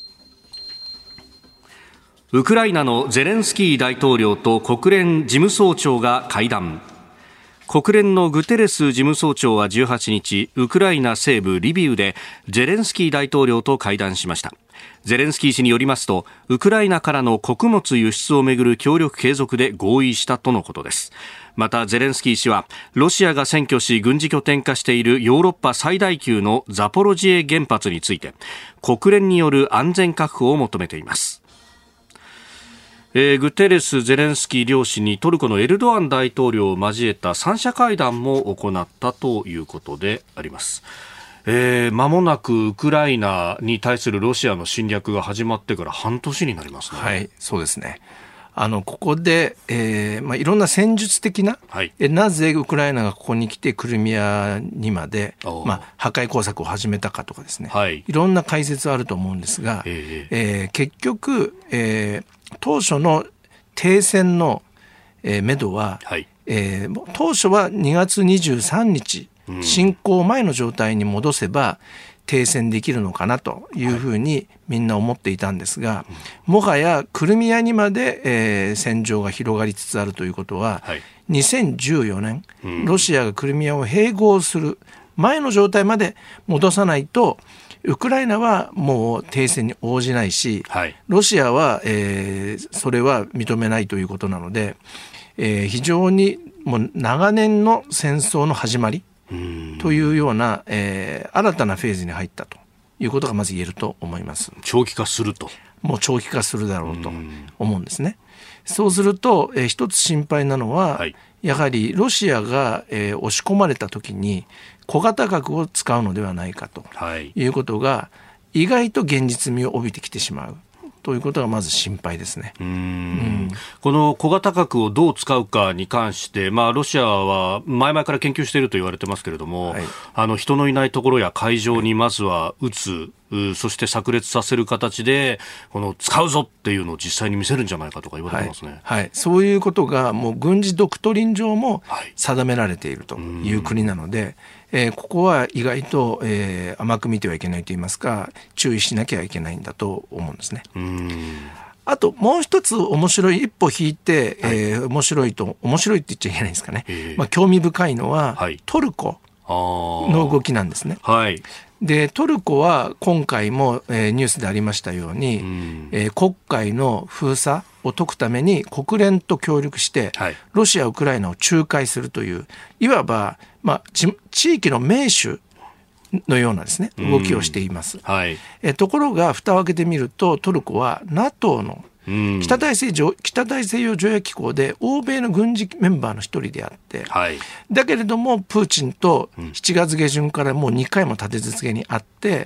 ウクライナのゼレンスキー大統領と国連事務総長が会談。国連のグテレス事務総長はじゅうはちにち、ウクライナ西部リビウでゼレンスキー大統領と会談しました。ゼレンスキー氏によりますと、ウクライナからの穀物輸出をめぐる協力継続で合意したとのことです。またゼレンスキー氏は、ロシアが占拠し軍事拠点化しているヨーロッパ最大級のザポロジエ原発について、国連による安全確保を求めています。えー、グテレス、ゼレンスキー両氏にトルコのエルドアン大統領を交えた三者会談も行ったということであります。えー、間もなくウクライナに対するロシアの侵略が始まってから半年になりますね。 はい、そうですね。あのここで、えーまあ、いろんな戦術的な、はい、えなぜウクライナがここに来てクリミアにまで、まあ、破壊工作を始めたかとかですね、はい、いろんな解説あると思うんですが、えーえー、結局、えー当初の停戦の、えー、めどは、はいえー、当初はにがつにじゅうさんにち、うん、侵攻前の状態に戻せば停戦できるのかなというふうにみんな思っていたんですが、はい、もはやクリミアにまで、えー、戦場が広がりつつあるということは、はい、にせんじゅうよねん、うん、ロシアがクリミアを併合する前の状態まで戻さないとウクライナはもう停戦に応じないし、はい、ロシアは、えー、それは認めないということなので、えー、非常にもう長年の戦争の始まりというような、えー、新たなフェーズに入ったということがまず言えると思います。 長期化すると。 もう長期化するだろうと思うんですね。そうすると、えー、一つ心配なのは、はい、やはりロシアが、えー、押し込まれたときに小型核を使うのではないかということが意外と現実味を帯びてきてしまうということがまず心配ですね。 うーん、うん、この小型核をどう使うかに関して、まあ、ロシアは前々から研究していると言われてますけれども、はい、あの人のいないところや海上にまずは撃つ、はいそして炸裂させる形でこの使うぞっていうのを実際に見せるんじゃないかとか言われてますね。 はいはい、そういうことがもう軍事ドクトリン上も定められているという国なので、はいえー、ここは意外と、えー、甘く見てはいけないといいますか注意しなきゃいけないんだと思うんですね。うーんあともう一つ面白い一歩引いて、はいえー、面白いと面白いって言っちゃいけないんですかね、えーまあ、興味深いのは、はい、トルコの動きなんですね。はいでトルコは今回も、えー、ニュースでありましたように、うんえー、黒海の封鎖を解くために国連と協力して、はい、ロシアウクライナを仲介するといういわば、まあ、地域の盟主のようなですね動きをしています、うんはいえー、ところが蓋を開けてみるとトルコは ナトー のうん、北大西洋、北大西洋条約機構で欧米の軍事メンバーの一人であって、はい、だけれどもプーチンとしちがつ下旬からもうにかいも立て続けに会って、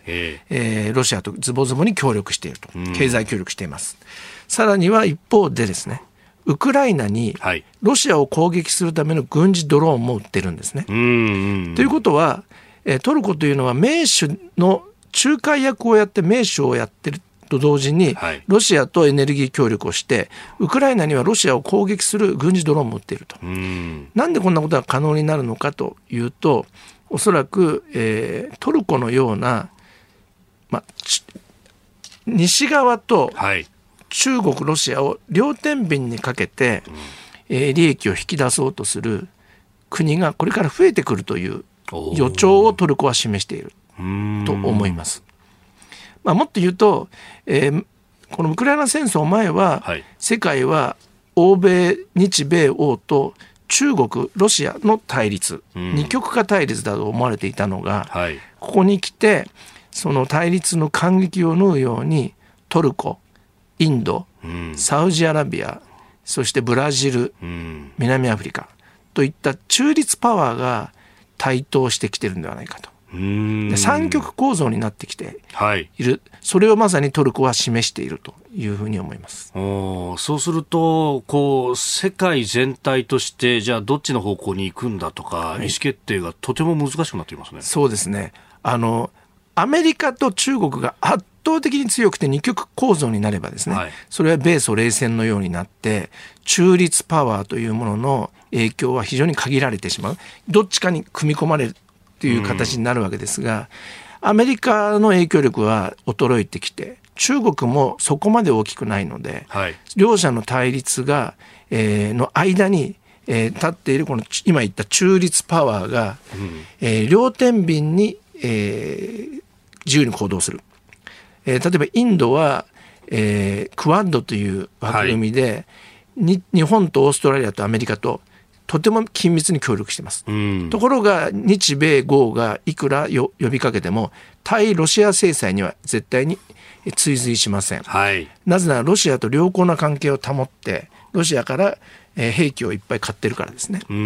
ええー、ロシアとズボズボに協力していると、うん、経済協力しています。さらには一方でですね、ウクライナにロシアを攻撃するための軍事ドローンも売ってるんですね。うんうんうん、ということは、えー、トルコというのは盟主の仲介役をやって盟主をやってると同時に、はい、ロシアとエネルギー協力をしてウクライナにはロシアを攻撃する軍事ドローンも売っていると。うんなんでこんなことが可能になるのかというと、おそらく、えー、トルコのような、ま、西側と中国ロシアを両天秤にかけて、うんえー、利益を引き出そうとする国がこれから増えてくるという予兆をトルコは示していると思います。まあ、もっと言うと、えー、このウクライナ戦争前は、はい、世界は欧米日米欧と中国ロシアの対立、うん、二極化対立だと思われていたのが、はい、ここに来てその対立の間隙を縫うようにトルコ、インド、うん、サウジアラビア、そしてブラジル、うん、南アフリカといった中立パワーが台頭してきてるんではないかと。うーんで三極構造になってきている、はい、それをまさにトルコは示しているというふうに思います。 おそうするとこう世界全体としてじゃあどっちの方向に行くんだとか、はい、意思決定がとても難しくなっていますね。 そうですね。あのアメリカと中国が圧倒的に強くて二極構造になればですね、はい、それは米ソ冷戦のようになって中立パワーというものの影響は非常に限られてしまう。どっちかに組み込まれるという形になるわけですが、うん、アメリカの影響力は衰えてきて中国もそこまで大きくないので、はい、両者の対立が、えー、の間に、えー、立っているこの今言った中立パワーが、うんえー、両天秤に、えー、自由に行動する、えー、例えばインドは、えー、クワッドという枠組みで、はい、日本とオーストラリアとアメリカととても緊密に協力しています、うん、ところが日米豪がいくらよ呼びかけても対ロシア制裁には絶対に追随しません、はい、なぜならロシアと良好な関係を保ってロシアから兵器をいっぱい買ってるからですね。うん、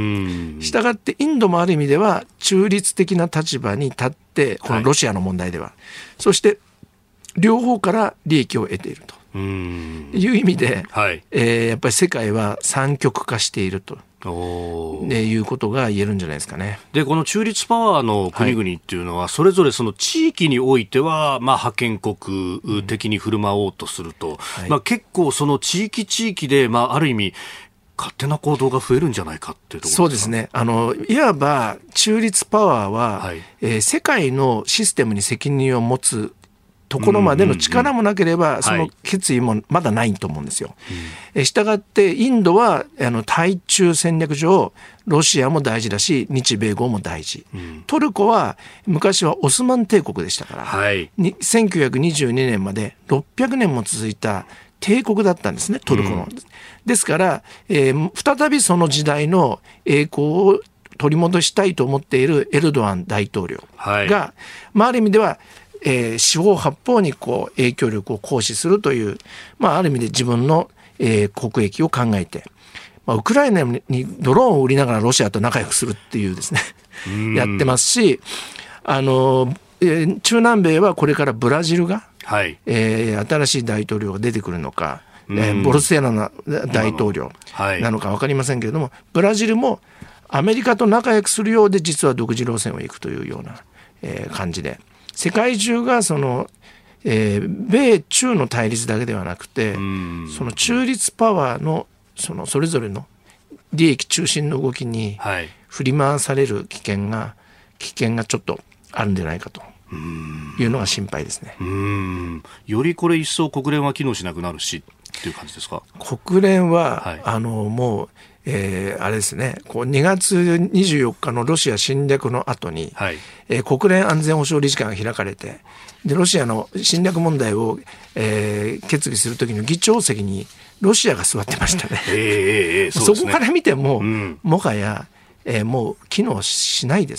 したがってインドもある意味では中立的な立場に立ってこのロシアの問題では、はい、そして両方から利益を得ているとうんいう意味で、はいえー、やっぱり世界は三極化しているとでいうことが言えるんじゃないですかね。 でこの中立パワーの国々っていうのはそれぞれその地域においてはまあ覇権国的に振る舞おうとすると、はいまあ、結構その地域地域でまあある意味勝手な行動が増えるんじゃないかっていうところですか。 そうですね。あのいわば中立パワーは、はいえー、世界のシステムに責任を持つところまでの力もなければその決意もまだないと思うんですよ。はい、したがってインドはあの対中戦略上ロシアも大事だし日米豪も大事、うん、トルコは昔はオスマン帝国でしたから、はい、せんきゅうひゃくにじゅうにねんまでろっぴゃくねんも続いた帝国だったんですねトルコの、うん、ですから、えー、再びその時代の栄光を取り戻したいと思っているエルドアン大統領が、はいまあ、ある意味ではえー、四方八方にこう影響力を行使するという、まあ、ある意味で自分の、えー、国益を考えて、まあ、ウクライナにドローンを売りながらロシアと仲良くするっていうですねやってますし、あの、えー、中南米はこれからブラジルが、はいえー、新しい大統領が出てくるのか、えー、ボルセナナ大統領なのか分かりませんけれども、ブラジルもアメリカと仲良くするようで実は独自路線を行くというような、えー、感じで世界中がその、えー、米中の対立だけではなくてその中立パワーのそのそれぞれの利益中心の動きに振り回される危険が危険がちょっとあるんじゃないかというのが心配ですね。 うーんよりこれ一層国連は機能しなくなるしっていう感じですか。 国連は、はい、あのもうえー、あれですねこうにがつにじゅうよっかのロシア侵略の後に、はいえー、国連安全保障理事会が開かれてでロシアの侵略問題を、えー、決議するときの議長席にロシアが座ってましたね、えーえー そ, ね、そこから見ても、うん、もはや、えー、もう機能しないですね。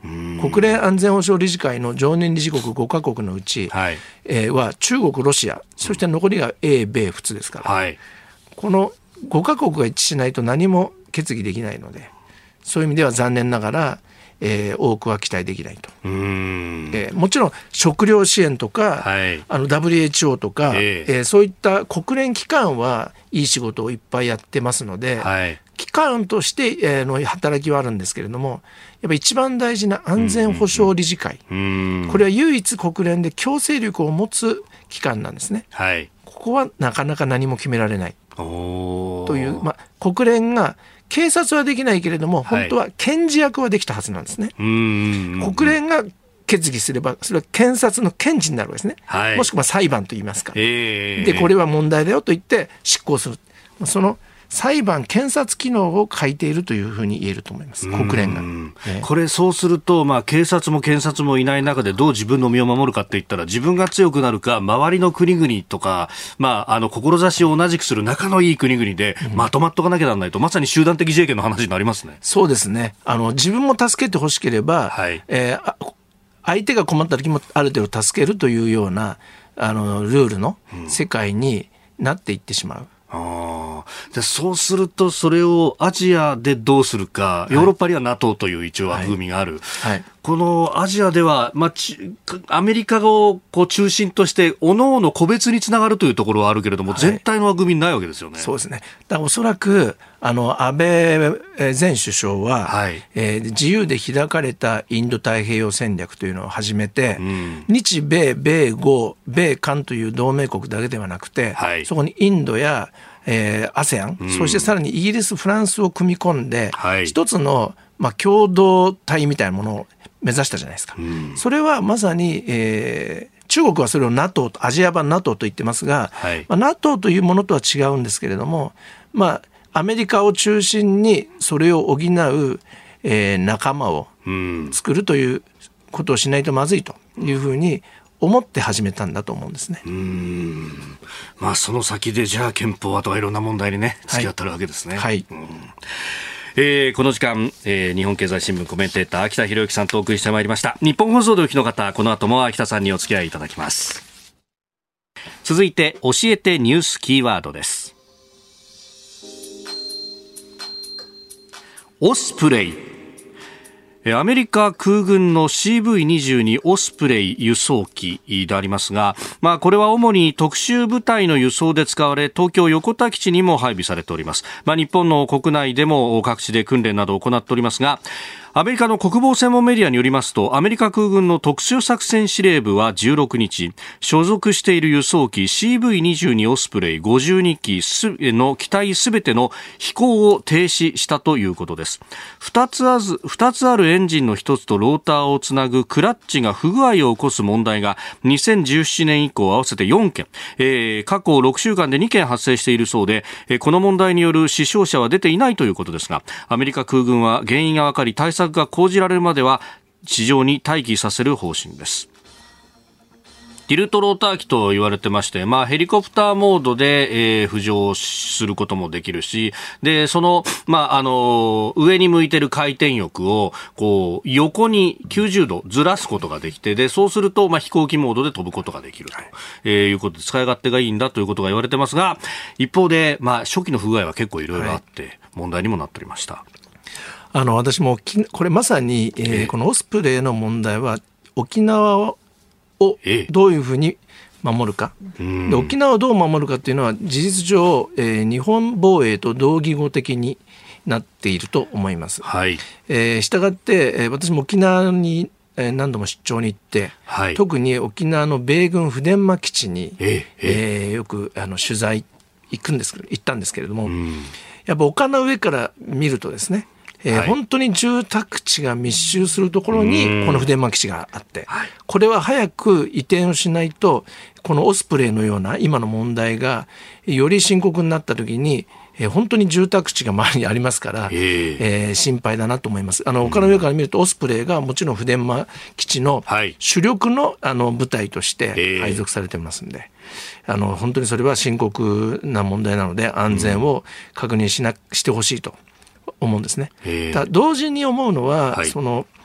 国連安全保障理事会の常任理事国ごカ国のうち、はいえー、は中国、ロシア、そして残りが英米仏ですから、はい、このごカ国が一致しないと何も決議できないので、そういう意味では残念ながら、えー、多くは期待できないと。うーん、えー、もちろん食料支援とか、はい、あの ダブリューエイチオー とか、えーえー、そういった国連機関はいい仕事をいっぱいやってますので、はい、機関として、えー、の働きはあるんですけれども、やっぱり一番大事な安全保障理事会、うんうんうん、これは唯一国連で強制力を持つ機関なんですね、はい、ここはなかなか何も決められないという、まあ、国連が警察はできないけれども、本当は検事役はできたはずなんですね、はい、うん国連が決議すればそれは検察の検事になるわけですね、はい、もしくは裁判と言いますか、えー、でこれは問題だよと言って執行する。その裁判検察機能を欠いているというふうに言えると思います、国連が、 ね、これそうすると、まあ、警察も検察もいない中でどう自分の身を守るかって言ったら、自分が強くなるか周りの国々とか、まあ、あの志を同じくする仲のいい国々でまとまっとかなきゃならないと、まさに集団的自衛権の話になりますね。 そうですね。あの自分も助けてほしければ、はいえー、相手が困った時もある程度助けるというようなあのルールの世界になっていってしまう、うんあでそうするとそれをアジアでどうするか、ヨーロッパには ナトー という一応枠組みがある、はいはい、このアジアでは、まあ、アメリカをこう中心として各々個別につながるというところはあるけれども、はい、全体の枠組みないわけですよね。 そうですね。だからおそらくあの安倍前首相は、はいえー、自由で開かれたインド太平洋戦略というのを始めて、うん、日米米豪米韓という同盟国だけではなくて、はい、そこにインドやえー、アセアン、うん、そしてさらにイギリス、フランスを組み込んで、はい、一つの、まあ、共同体みたいなものを目指したじゃないですか、うん、それはまさに、えー、中国はそれを ナトー とアジア版 ナトー と言ってますが、はいまあ、ナトー というものとは違うんですけれども、まあ、アメリカを中心にそれを補う、えー、仲間を作るということをしないとまずいというふうに思って始めたんだと思うんですね。うーん、 まあ、その先でじゃあ憲法はとかいろんな問題にね付き合ってるわけですね。はい、はいうんえー、この時間、えー、日本経済新聞コメンテーター秋田博之さんとお送りしてまいりました。日本放送でお聞きの方、この後も秋田さんにお付き合いいただきます。続いて教えてニュースキーワードです。オスプレイ。アメリカ空軍の シーブイにじゅうに オスプレイ輸送機でありますが、まあ、これは主に特殊部隊の輸送で使われ、東京横田基地にも配備されております。まあ、日本の国内でも各地で訓練などを行っておりますが、アメリカの国防専門メディアによりますと、アメリカ空軍の特殊作戦司令部はじゅうろくにち、所属している輸送機 シーブイにじゅうに オスプレイごじゅうにきの機体すべての飛行を停止したということです。2つある、2つあるエンジンのひとつとローターをつなぐクラッチが不具合を起こす問題がにせんじゅうななねん以降合わせてよんけん、えー、過去ろくしゅうかんでにけん発生しているそうで、この問題による死傷者は出ていないということですが、アメリカ空軍は原因が分かり対策が講じられるまでは地上に待機させる方針です。ティルトローター機と言われてまして、まあ、ヘリコプターモードで、えー、浮上することもできるし、でその、まあ、あの上に向いてる回転翼をこう横にきゅうじゅうどずらすことができて、でそうすると、まあ、飛行機モードで飛ぶことができると、えー、いうことで使い勝手がいいんだということが言われてますが、一方で、まあ、初期の不具合は結構いろいろあって問題にもなっておりました。 あの私もこれまさに、えー、このオスプレイの問題は沖縄をどういうふうに守るか、で沖縄をどう守るかというのは事実上、えー、日本防衛と同義語的になっていると思います。はい、えー、したがって、えー、私も沖縄に何度も出張に行って、はい、特に沖縄の米軍普天間基地に、えーえー、よくあの取材行くんですけど行ったんですけれども、やっぱ丘の上から見るとですね、えーはい、本当に住宅地が密集するところにこの普天間基地があって、はい、これは早く移転をしないとこのオスプレイのような今の問題がより深刻になった時に、えー、本当に住宅地が周りにありますから、えーえー、心配だなと思います。あの丘の上から見るとオスプレイがもちろん普天間基地の主力 の, あの部隊として配属されてますんで、あの本当にそれは深刻な問題なので安全を確認しなしてほしいと思うんですね。ただ同時に思うのは、はい、その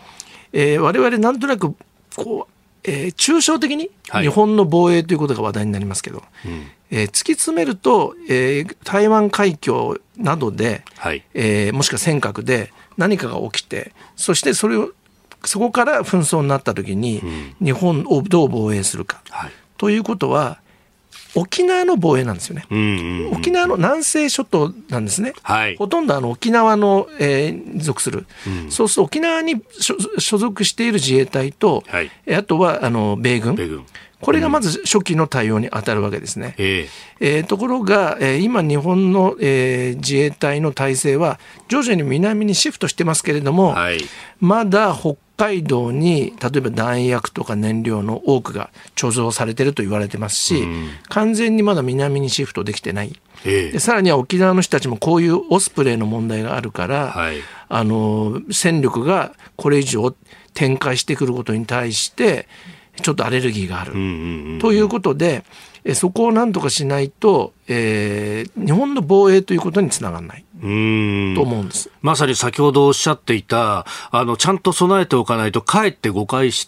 えー、我々なんとなくこう、えー、抽象的に日本の防衛ということが話題になりますけど、はい、えー、突き詰めると、えー、台湾海峡などで、はい、えー、もしくは尖閣で何かが起きて、そしてそれをそこから紛争になったときに、うん、日本をどう防衛するか、はい、ということは沖縄の防衛なんですよね、うんうんうん、沖縄の南西諸島なんですね、はい、ほとんどあの沖縄の、えー、属する、うん、そうすると沖縄に所属している自衛隊と、はい、あとはあの米軍、米軍、これがまず初期の対応に当たるわけですね、うん、えーえー、ところが、えー、今日本の、えー、自衛隊の体制は徐々に南にシフトしてますけれども、はい、まだ北海道に例えば弾薬とか燃料の多くが貯蔵されていると言われてますし、うん、完全にまだ南にシフトできてない、えー、でさらには沖縄の人たちもこういうオスプレイの問題があるから、はい、あの戦力がこれ以上展開してくることに対してちょっとアレルギーがある、うんうんうん、ということでえそこをなんとかしないと、えー、日本の防衛ということにつながらないと思うんです。 まさに先ほどおっしゃっていたあのちゃんと備えておかないとかえって誤解して、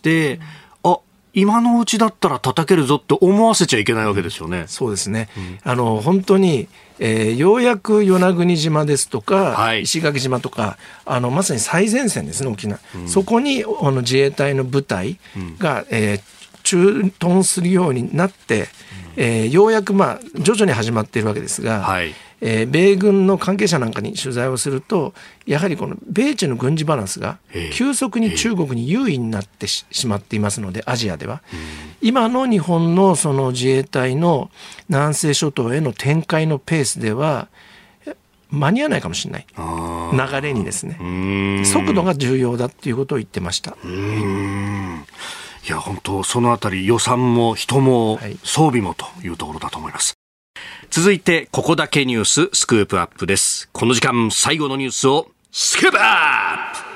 うん、あ今のうちだったら叩けるぞって思わせちゃいけないわけですよね。 そうですね、うん、あの本当に、えー、ようやく与那国島ですとか、はい、石垣島とかあのまさに最前線ですね沖縄、うん、そこにあの自衛隊の部隊が、うん、えー、駐屯するようになって、うん、えー、ようやく、まあ、徐々に始まっているわけですが、はい、えー、米軍の関係者なんかに取材をするとやはりこの米中の軍事バランスが急速に中国に優位になってしまっていますのでアジアでは、うん、今の日本のその自衛隊の南西諸島への展開のペースでは間に合わないかもしれない流れにですね、速度が重要だっていうことを言ってました。うーん、 いや本当そのあたり予算も人も装備もというところだと思います。続いてここだけニューススクープアップです。この時間最後のニュースをスクープアップ。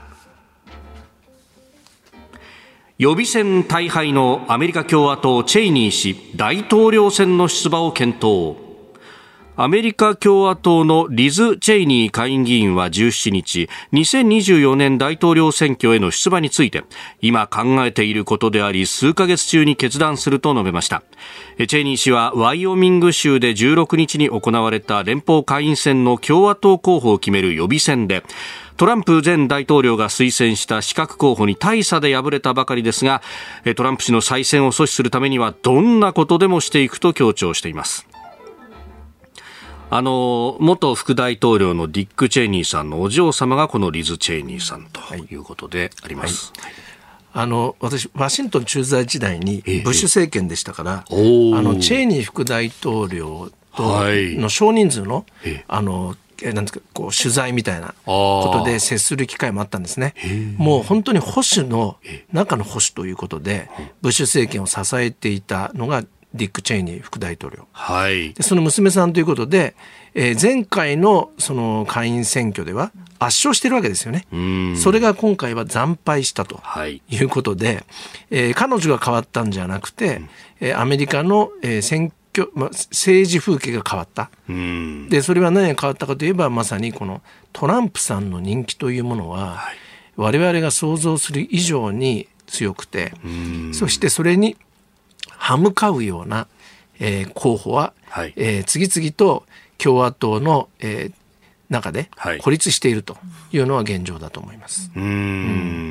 予備選大敗のアメリカ共和党チェイニー氏大統領選の出馬を検討。アメリカ共和党のリズ・チェイニー下院議員はじゅうしちにち、にせんにじゅうよねん大統領選挙への出馬について、今考えていることであり、数ヶ月中に決断すると述べました。チェイニー氏はワイオミング州でじゅうろくにちに行われた連邦下院選の共和党候補を決める予備選で、トランプ前大統領が推薦した刺客候補に大差で敗れたばかりですが、トランプ氏の再選を阻止するためにはどんなことでもしていくと強調しています。あの元副大統領のディック・チェイニーさんのお嬢様がこのリズ・チェイニーさんということであります、はいはい、 あの私ワシントン駐在時代にブッシュ政権でしたから、ええ、あのチェイニー副大統領との少人数の、はい、あのなんですかこう取材みたいなことで接する機会もあったんですね。もう本当に保守の中の保守ということでブッシュ政権を支えていたのがディック・チェイニー副大統領、はい、でその娘さんということで、えー、前回のその下院選挙では圧勝してるわけですよね。それが今回は惨敗したということで、はい、えー、彼女が変わったんじゃなくて、うん、アメリカの、えー、選挙、ま、政治風景が変わった。でそれは何が変わったかといえばまさにこのトランプさんの人気というものは、はい、我々が想像する以上に強くて、そしてそれに歯向かうような、えー、候補は、はい、えー、次々と共和党の、えー、中で孤立しているというのは現状だと思います。 うーん、うん、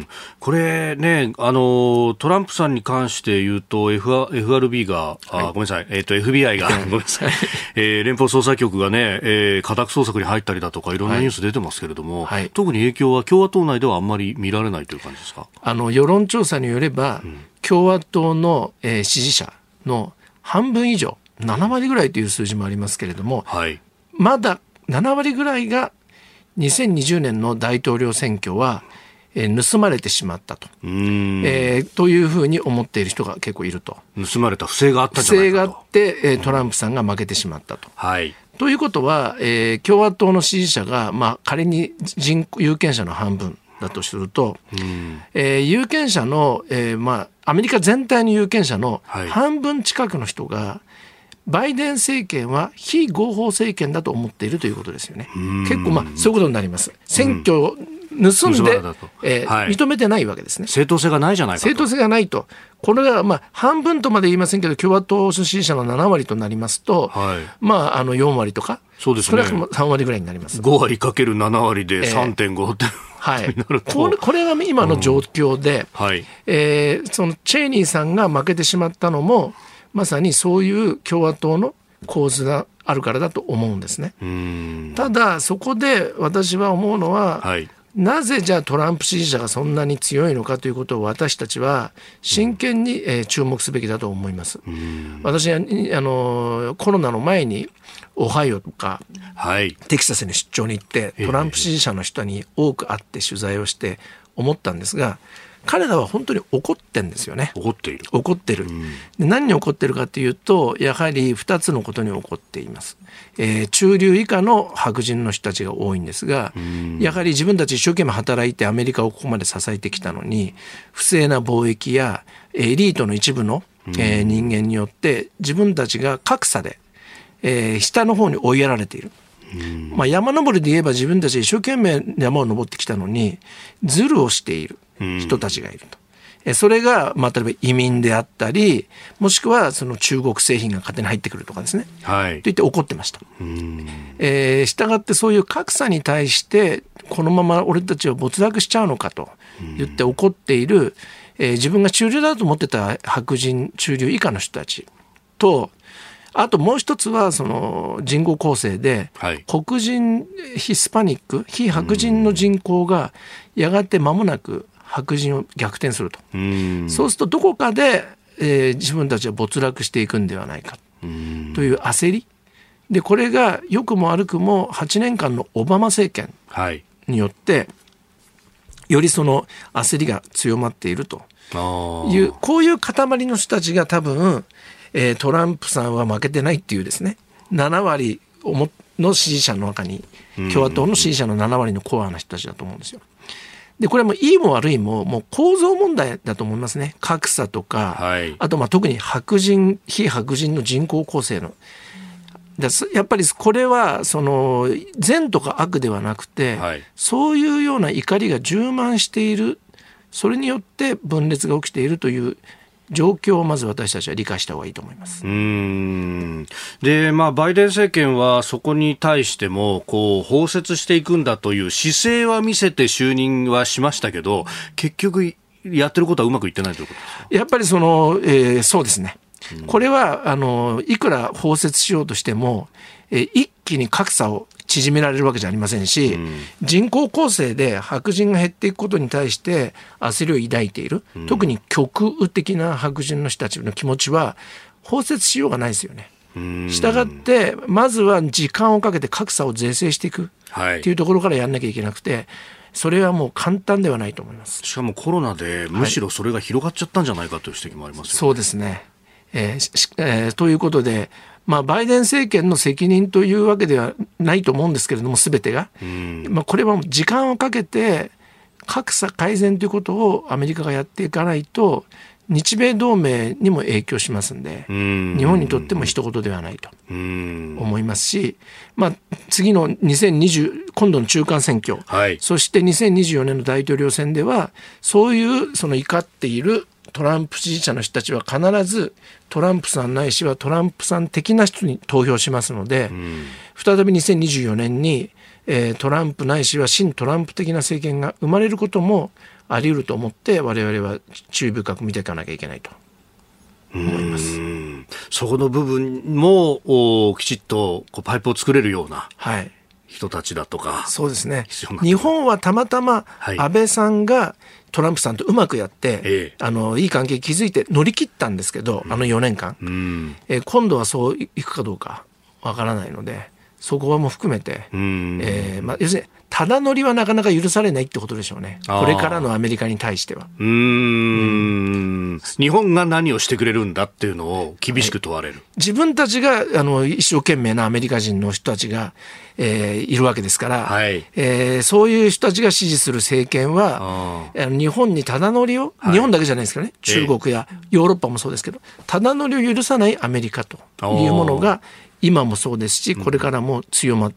これね、あのトランプさんに関して言うと F エフアールビー が、はい、あごめんなさい、えー、と エフビーアイ がごめんなさい、えー、連邦捜査局がね、えー、家宅捜索に入ったりだとかいろんなニュース出てますけれども、はいはい、特に影響は共和党内ではあんまり見られないという感じですか。 あの世論調査によれば、うん、共和党の、えー、支持者の半分以上ななわりぐらいという数字もありますけれども、はい、まだななわりぐらいがにせんにじゅうねんの大統領選挙は、えー、盗まれてしまったと、うーん、えー、というふうに思っている人が結構いると。 盗まれた不正があったんじゃないかと。 不正があって、えー、トランプさんが負けてしまったと、はい、ということは、えー、共和党の支持者が、まあ、仮に人有権者の半分だとすると、うんえー、有権者の、えーまあ、アメリカ全体の有権者の半分近くの人が、はい、バイデン政権は非合法政権だと思っているということですよね。結構まあそういうことになります。選挙盗んで、えーはい、認めてないわけですね。 正当性がないじゃないかと。 正当性がないと。これがまあ半分とまで言いませんけど、共和党支持者のななわりとなりますと、はい、まああのよんわりとか、 そうですね、 少なくともさんわりぐらいになります。 ごわりかけるななわりで さんてんご って、 えー、はい、これ、これが今の状況で、うん、はい、えー、そのチェイニーさんが負けてしまったのもまさにそういう共和党の構図があるからだと思うんですね。うん、ただそこで私は思うのは、はい、なぜじゃあトランプ支持者がそんなに強いのかということを私たちは真剣に、えー、注目すべきだと思います。うん、私はあのコロナの前にオハイオとか、はい、テキサスに出張に行ってトランプ支持者の人に多く会って取材をして思ったんですが、彼らは本当に怒ってるんですよね。 怒っている。 怒ってる。うん、で何に怒ってるかというと、やはりふたつのことに怒っています。えー、中流以下の白人の人たちが多いんですが、うん、やはり自分たち一生懸命働いてアメリカをここまで支えてきたのに、不正な貿易やエリートの一部の、えー、人間によって自分たちが格差で、えー、下の方に追いやられている。うんまあ、山登りで言えば自分たち一生懸命山を登ってきたのにズルをしている人たちがいると。うん、それが、まあ、例えば移民であったり、もしくはその中国製品が勝手に入ってくるとかですね、はい、と言って怒ってました。うん、えー、したがってそういう格差に対してこのまま俺たちは没落しちゃうのかと言って怒っている、えー、自分が中流だと思ってた白人中流以下の人たちと、あともう一つはその人口構成で、はい、黒人ヒスパニック非白人の人口がやがて間もなく白人を逆転すると。うん、そうするとどこかで、えー、自分たちは没落していくんではないかという焦りで、これが良くも悪くもはちねんかんのオバマ政権によってよりその焦りが強まっているという、こういう塊の人たちが多分えー、トランプさんは負けてないっていうですね、ななわりの支持者の中に共和党の支持者のななわりのコアな人たちだと思うんですよ。でこれもいいも悪いももう構造問題だと思いますね。格差とか、はい、あとまあ特に白人非白人の人口構成のやっぱりこれはその善とか悪ではなくて、はい、そういうような怒りが充満している、それによって分裂が起きているという状況をまず私たちは理解した方がいいと思います。 うーんで、まあ、バイデン政権はそこに対してもこう包摂していくんだという姿勢は見せて就任はしましたけど、結局やってることはうまくいってないということですか。 やっぱりその、えー、そうですね。これはあのいくら包摂しようとしても、えー、一気に格差を縮められるわけじゃありませんし、うん、人口構成で白人が減っていくことに対して焦りを抱いている、うん、特に極右的な白人の人たちの気持ちは包摂しようがないですよね。したがってまずは時間をかけて格差を是正していくっていうところからやんなきゃいけなくて、それはもう簡単ではないと思います。 しかもコロナでむしろそれが広がっちゃったんじゃないかという指摘もありますよね。 そうですね、えーえー、ということで、まあ、バイデン政権の責任というわけではないと思うんですけれども、全てが、うんまあ、これは時間をかけて格差改善ということをアメリカがやっていかないと日米同盟にも影響しますんで、ん日本にとっても一言ではないと思いますし、まあ、次のにせんにじゅう今度の中間選挙、はい、そしてにせんにじゅうよねんの大統領選ではそういうその怒っているトランプ支持者の人たちは必ずトランプさんないしはトランプさん的な人に投票しますので、うん、再びにせんにじゅうよねんに、えー、トランプないしは親トランプ的な政権が生まれることもあり得ると思って我々は注意深く見ていかなきゃいけないと思います。 うん、そこの部分もきちっとこうパイプを作れるような人たちだとか、 はい、そうですね。日本はたまたま安倍さんがトランプさんとうまくやって、ええ、あのいい関係築いて乗り切ったんですけど、うん、あのよねんかん、うんえー、今度はそういくかどうかわからないので、そこはも含めて、うんえーまあ、要するにただ乗りはなかなか許されないってことでしょうね。これからのアメリカに対してはうーん、うん、日本が何をしてくれるんだっていうのを厳しく問われる、はい、 自分たちがあの一生懸命なアメリカ人の人たちが、えー、いるわけですから、はいえー、そういう人たちが支持する政権はあの日本にただ乗りを、はい、日本だけじゃないですけどね、中国やヨーロッパもそうですけど、ただ乗りを許さないアメリカというものが今もそうですし、これからも強まっていくと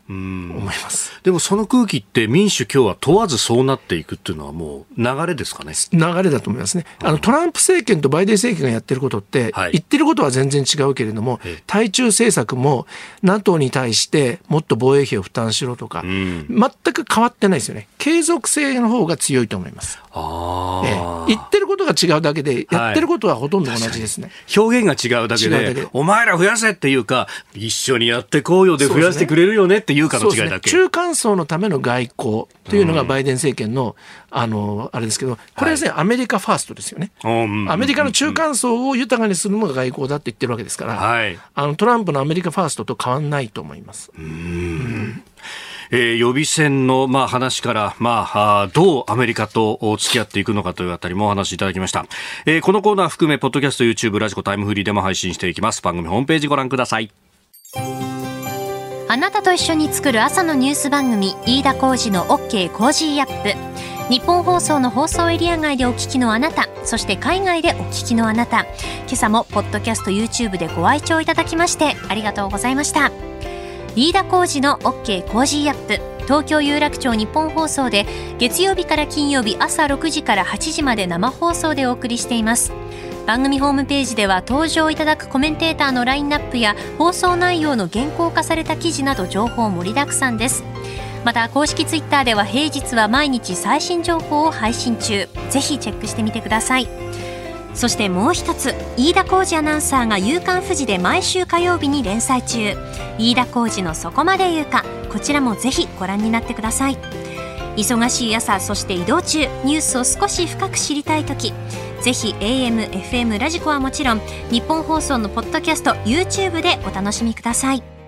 思います。 でもその空気って民主共和問わずそうなっていくっていうのはもう流れですかね。 流れだと思いますね。あのトランプ政権とバイデン政権がやってることって、はい、言ってることは全然違うけれども、対中政策も NATO に対してもっと防衛費を負担しろとか、うん、全く変わってないですよね。継続性の方が強いと思います。 あ、 えー、言ってることが違うだけで、やってることはほとんど同じですね。 表現が違うだけで、だけでお前ら増やせっていうか、一緒にやってこうよで増やしてくれるよねっていうかの違いだけ。 中間層のための外交というのがバイデン政権の、あのあれですけど、これはですね、はい、アメリカファーストですよね。アメリカの中間層を豊かにするのが外交だって言ってるわけですから、はい、あのトランプのアメリカファーストと変わらないと思います。 うーん、うんえー、予備選の、まあ、話から、まあ、どうアメリカと付き合っていくのかというあたりもお話しいただきました。えー、このコーナー含めポッドキャスト、YouTube、ラジコ、タイムフリーでも配信していきます。番組ホームページご覧ください。 あなたと一緒に作る朝のニュース番組、飯田浩司の OK コージーアップ。日本放送の放送エリア外でお聞きのあなた、そして海外でお聞きのあなた、今朝もポッドキャスト YouTube でご愛聴いただきましてありがとうございました。飯田浩司の OK コージーアップ、東京有楽町日本放送で月曜日から金曜日朝ろくじからはちじまで生放送でお送りしています。番組ホームページでは登場いただくコメンテーターのラインナップや放送内容の原稿化された記事など情報盛りだくさんです。また公式ツイッターでは平日は毎日最新情報を配信中、ぜひチェックしてみてください。そしてもう一つ、飯田浩司アナウンサーが夕刊フジで毎週火曜日に連載中、飯田浩司のそこまで言うか、こちらもぜひご覧になってください。忙しい朝、そして移動中、ニュースを少し深く知りたいとき、ぜひ エーエム、エフエム、ラジコはもちろん日本放送のポッドキャスト YouTube でお楽しみください。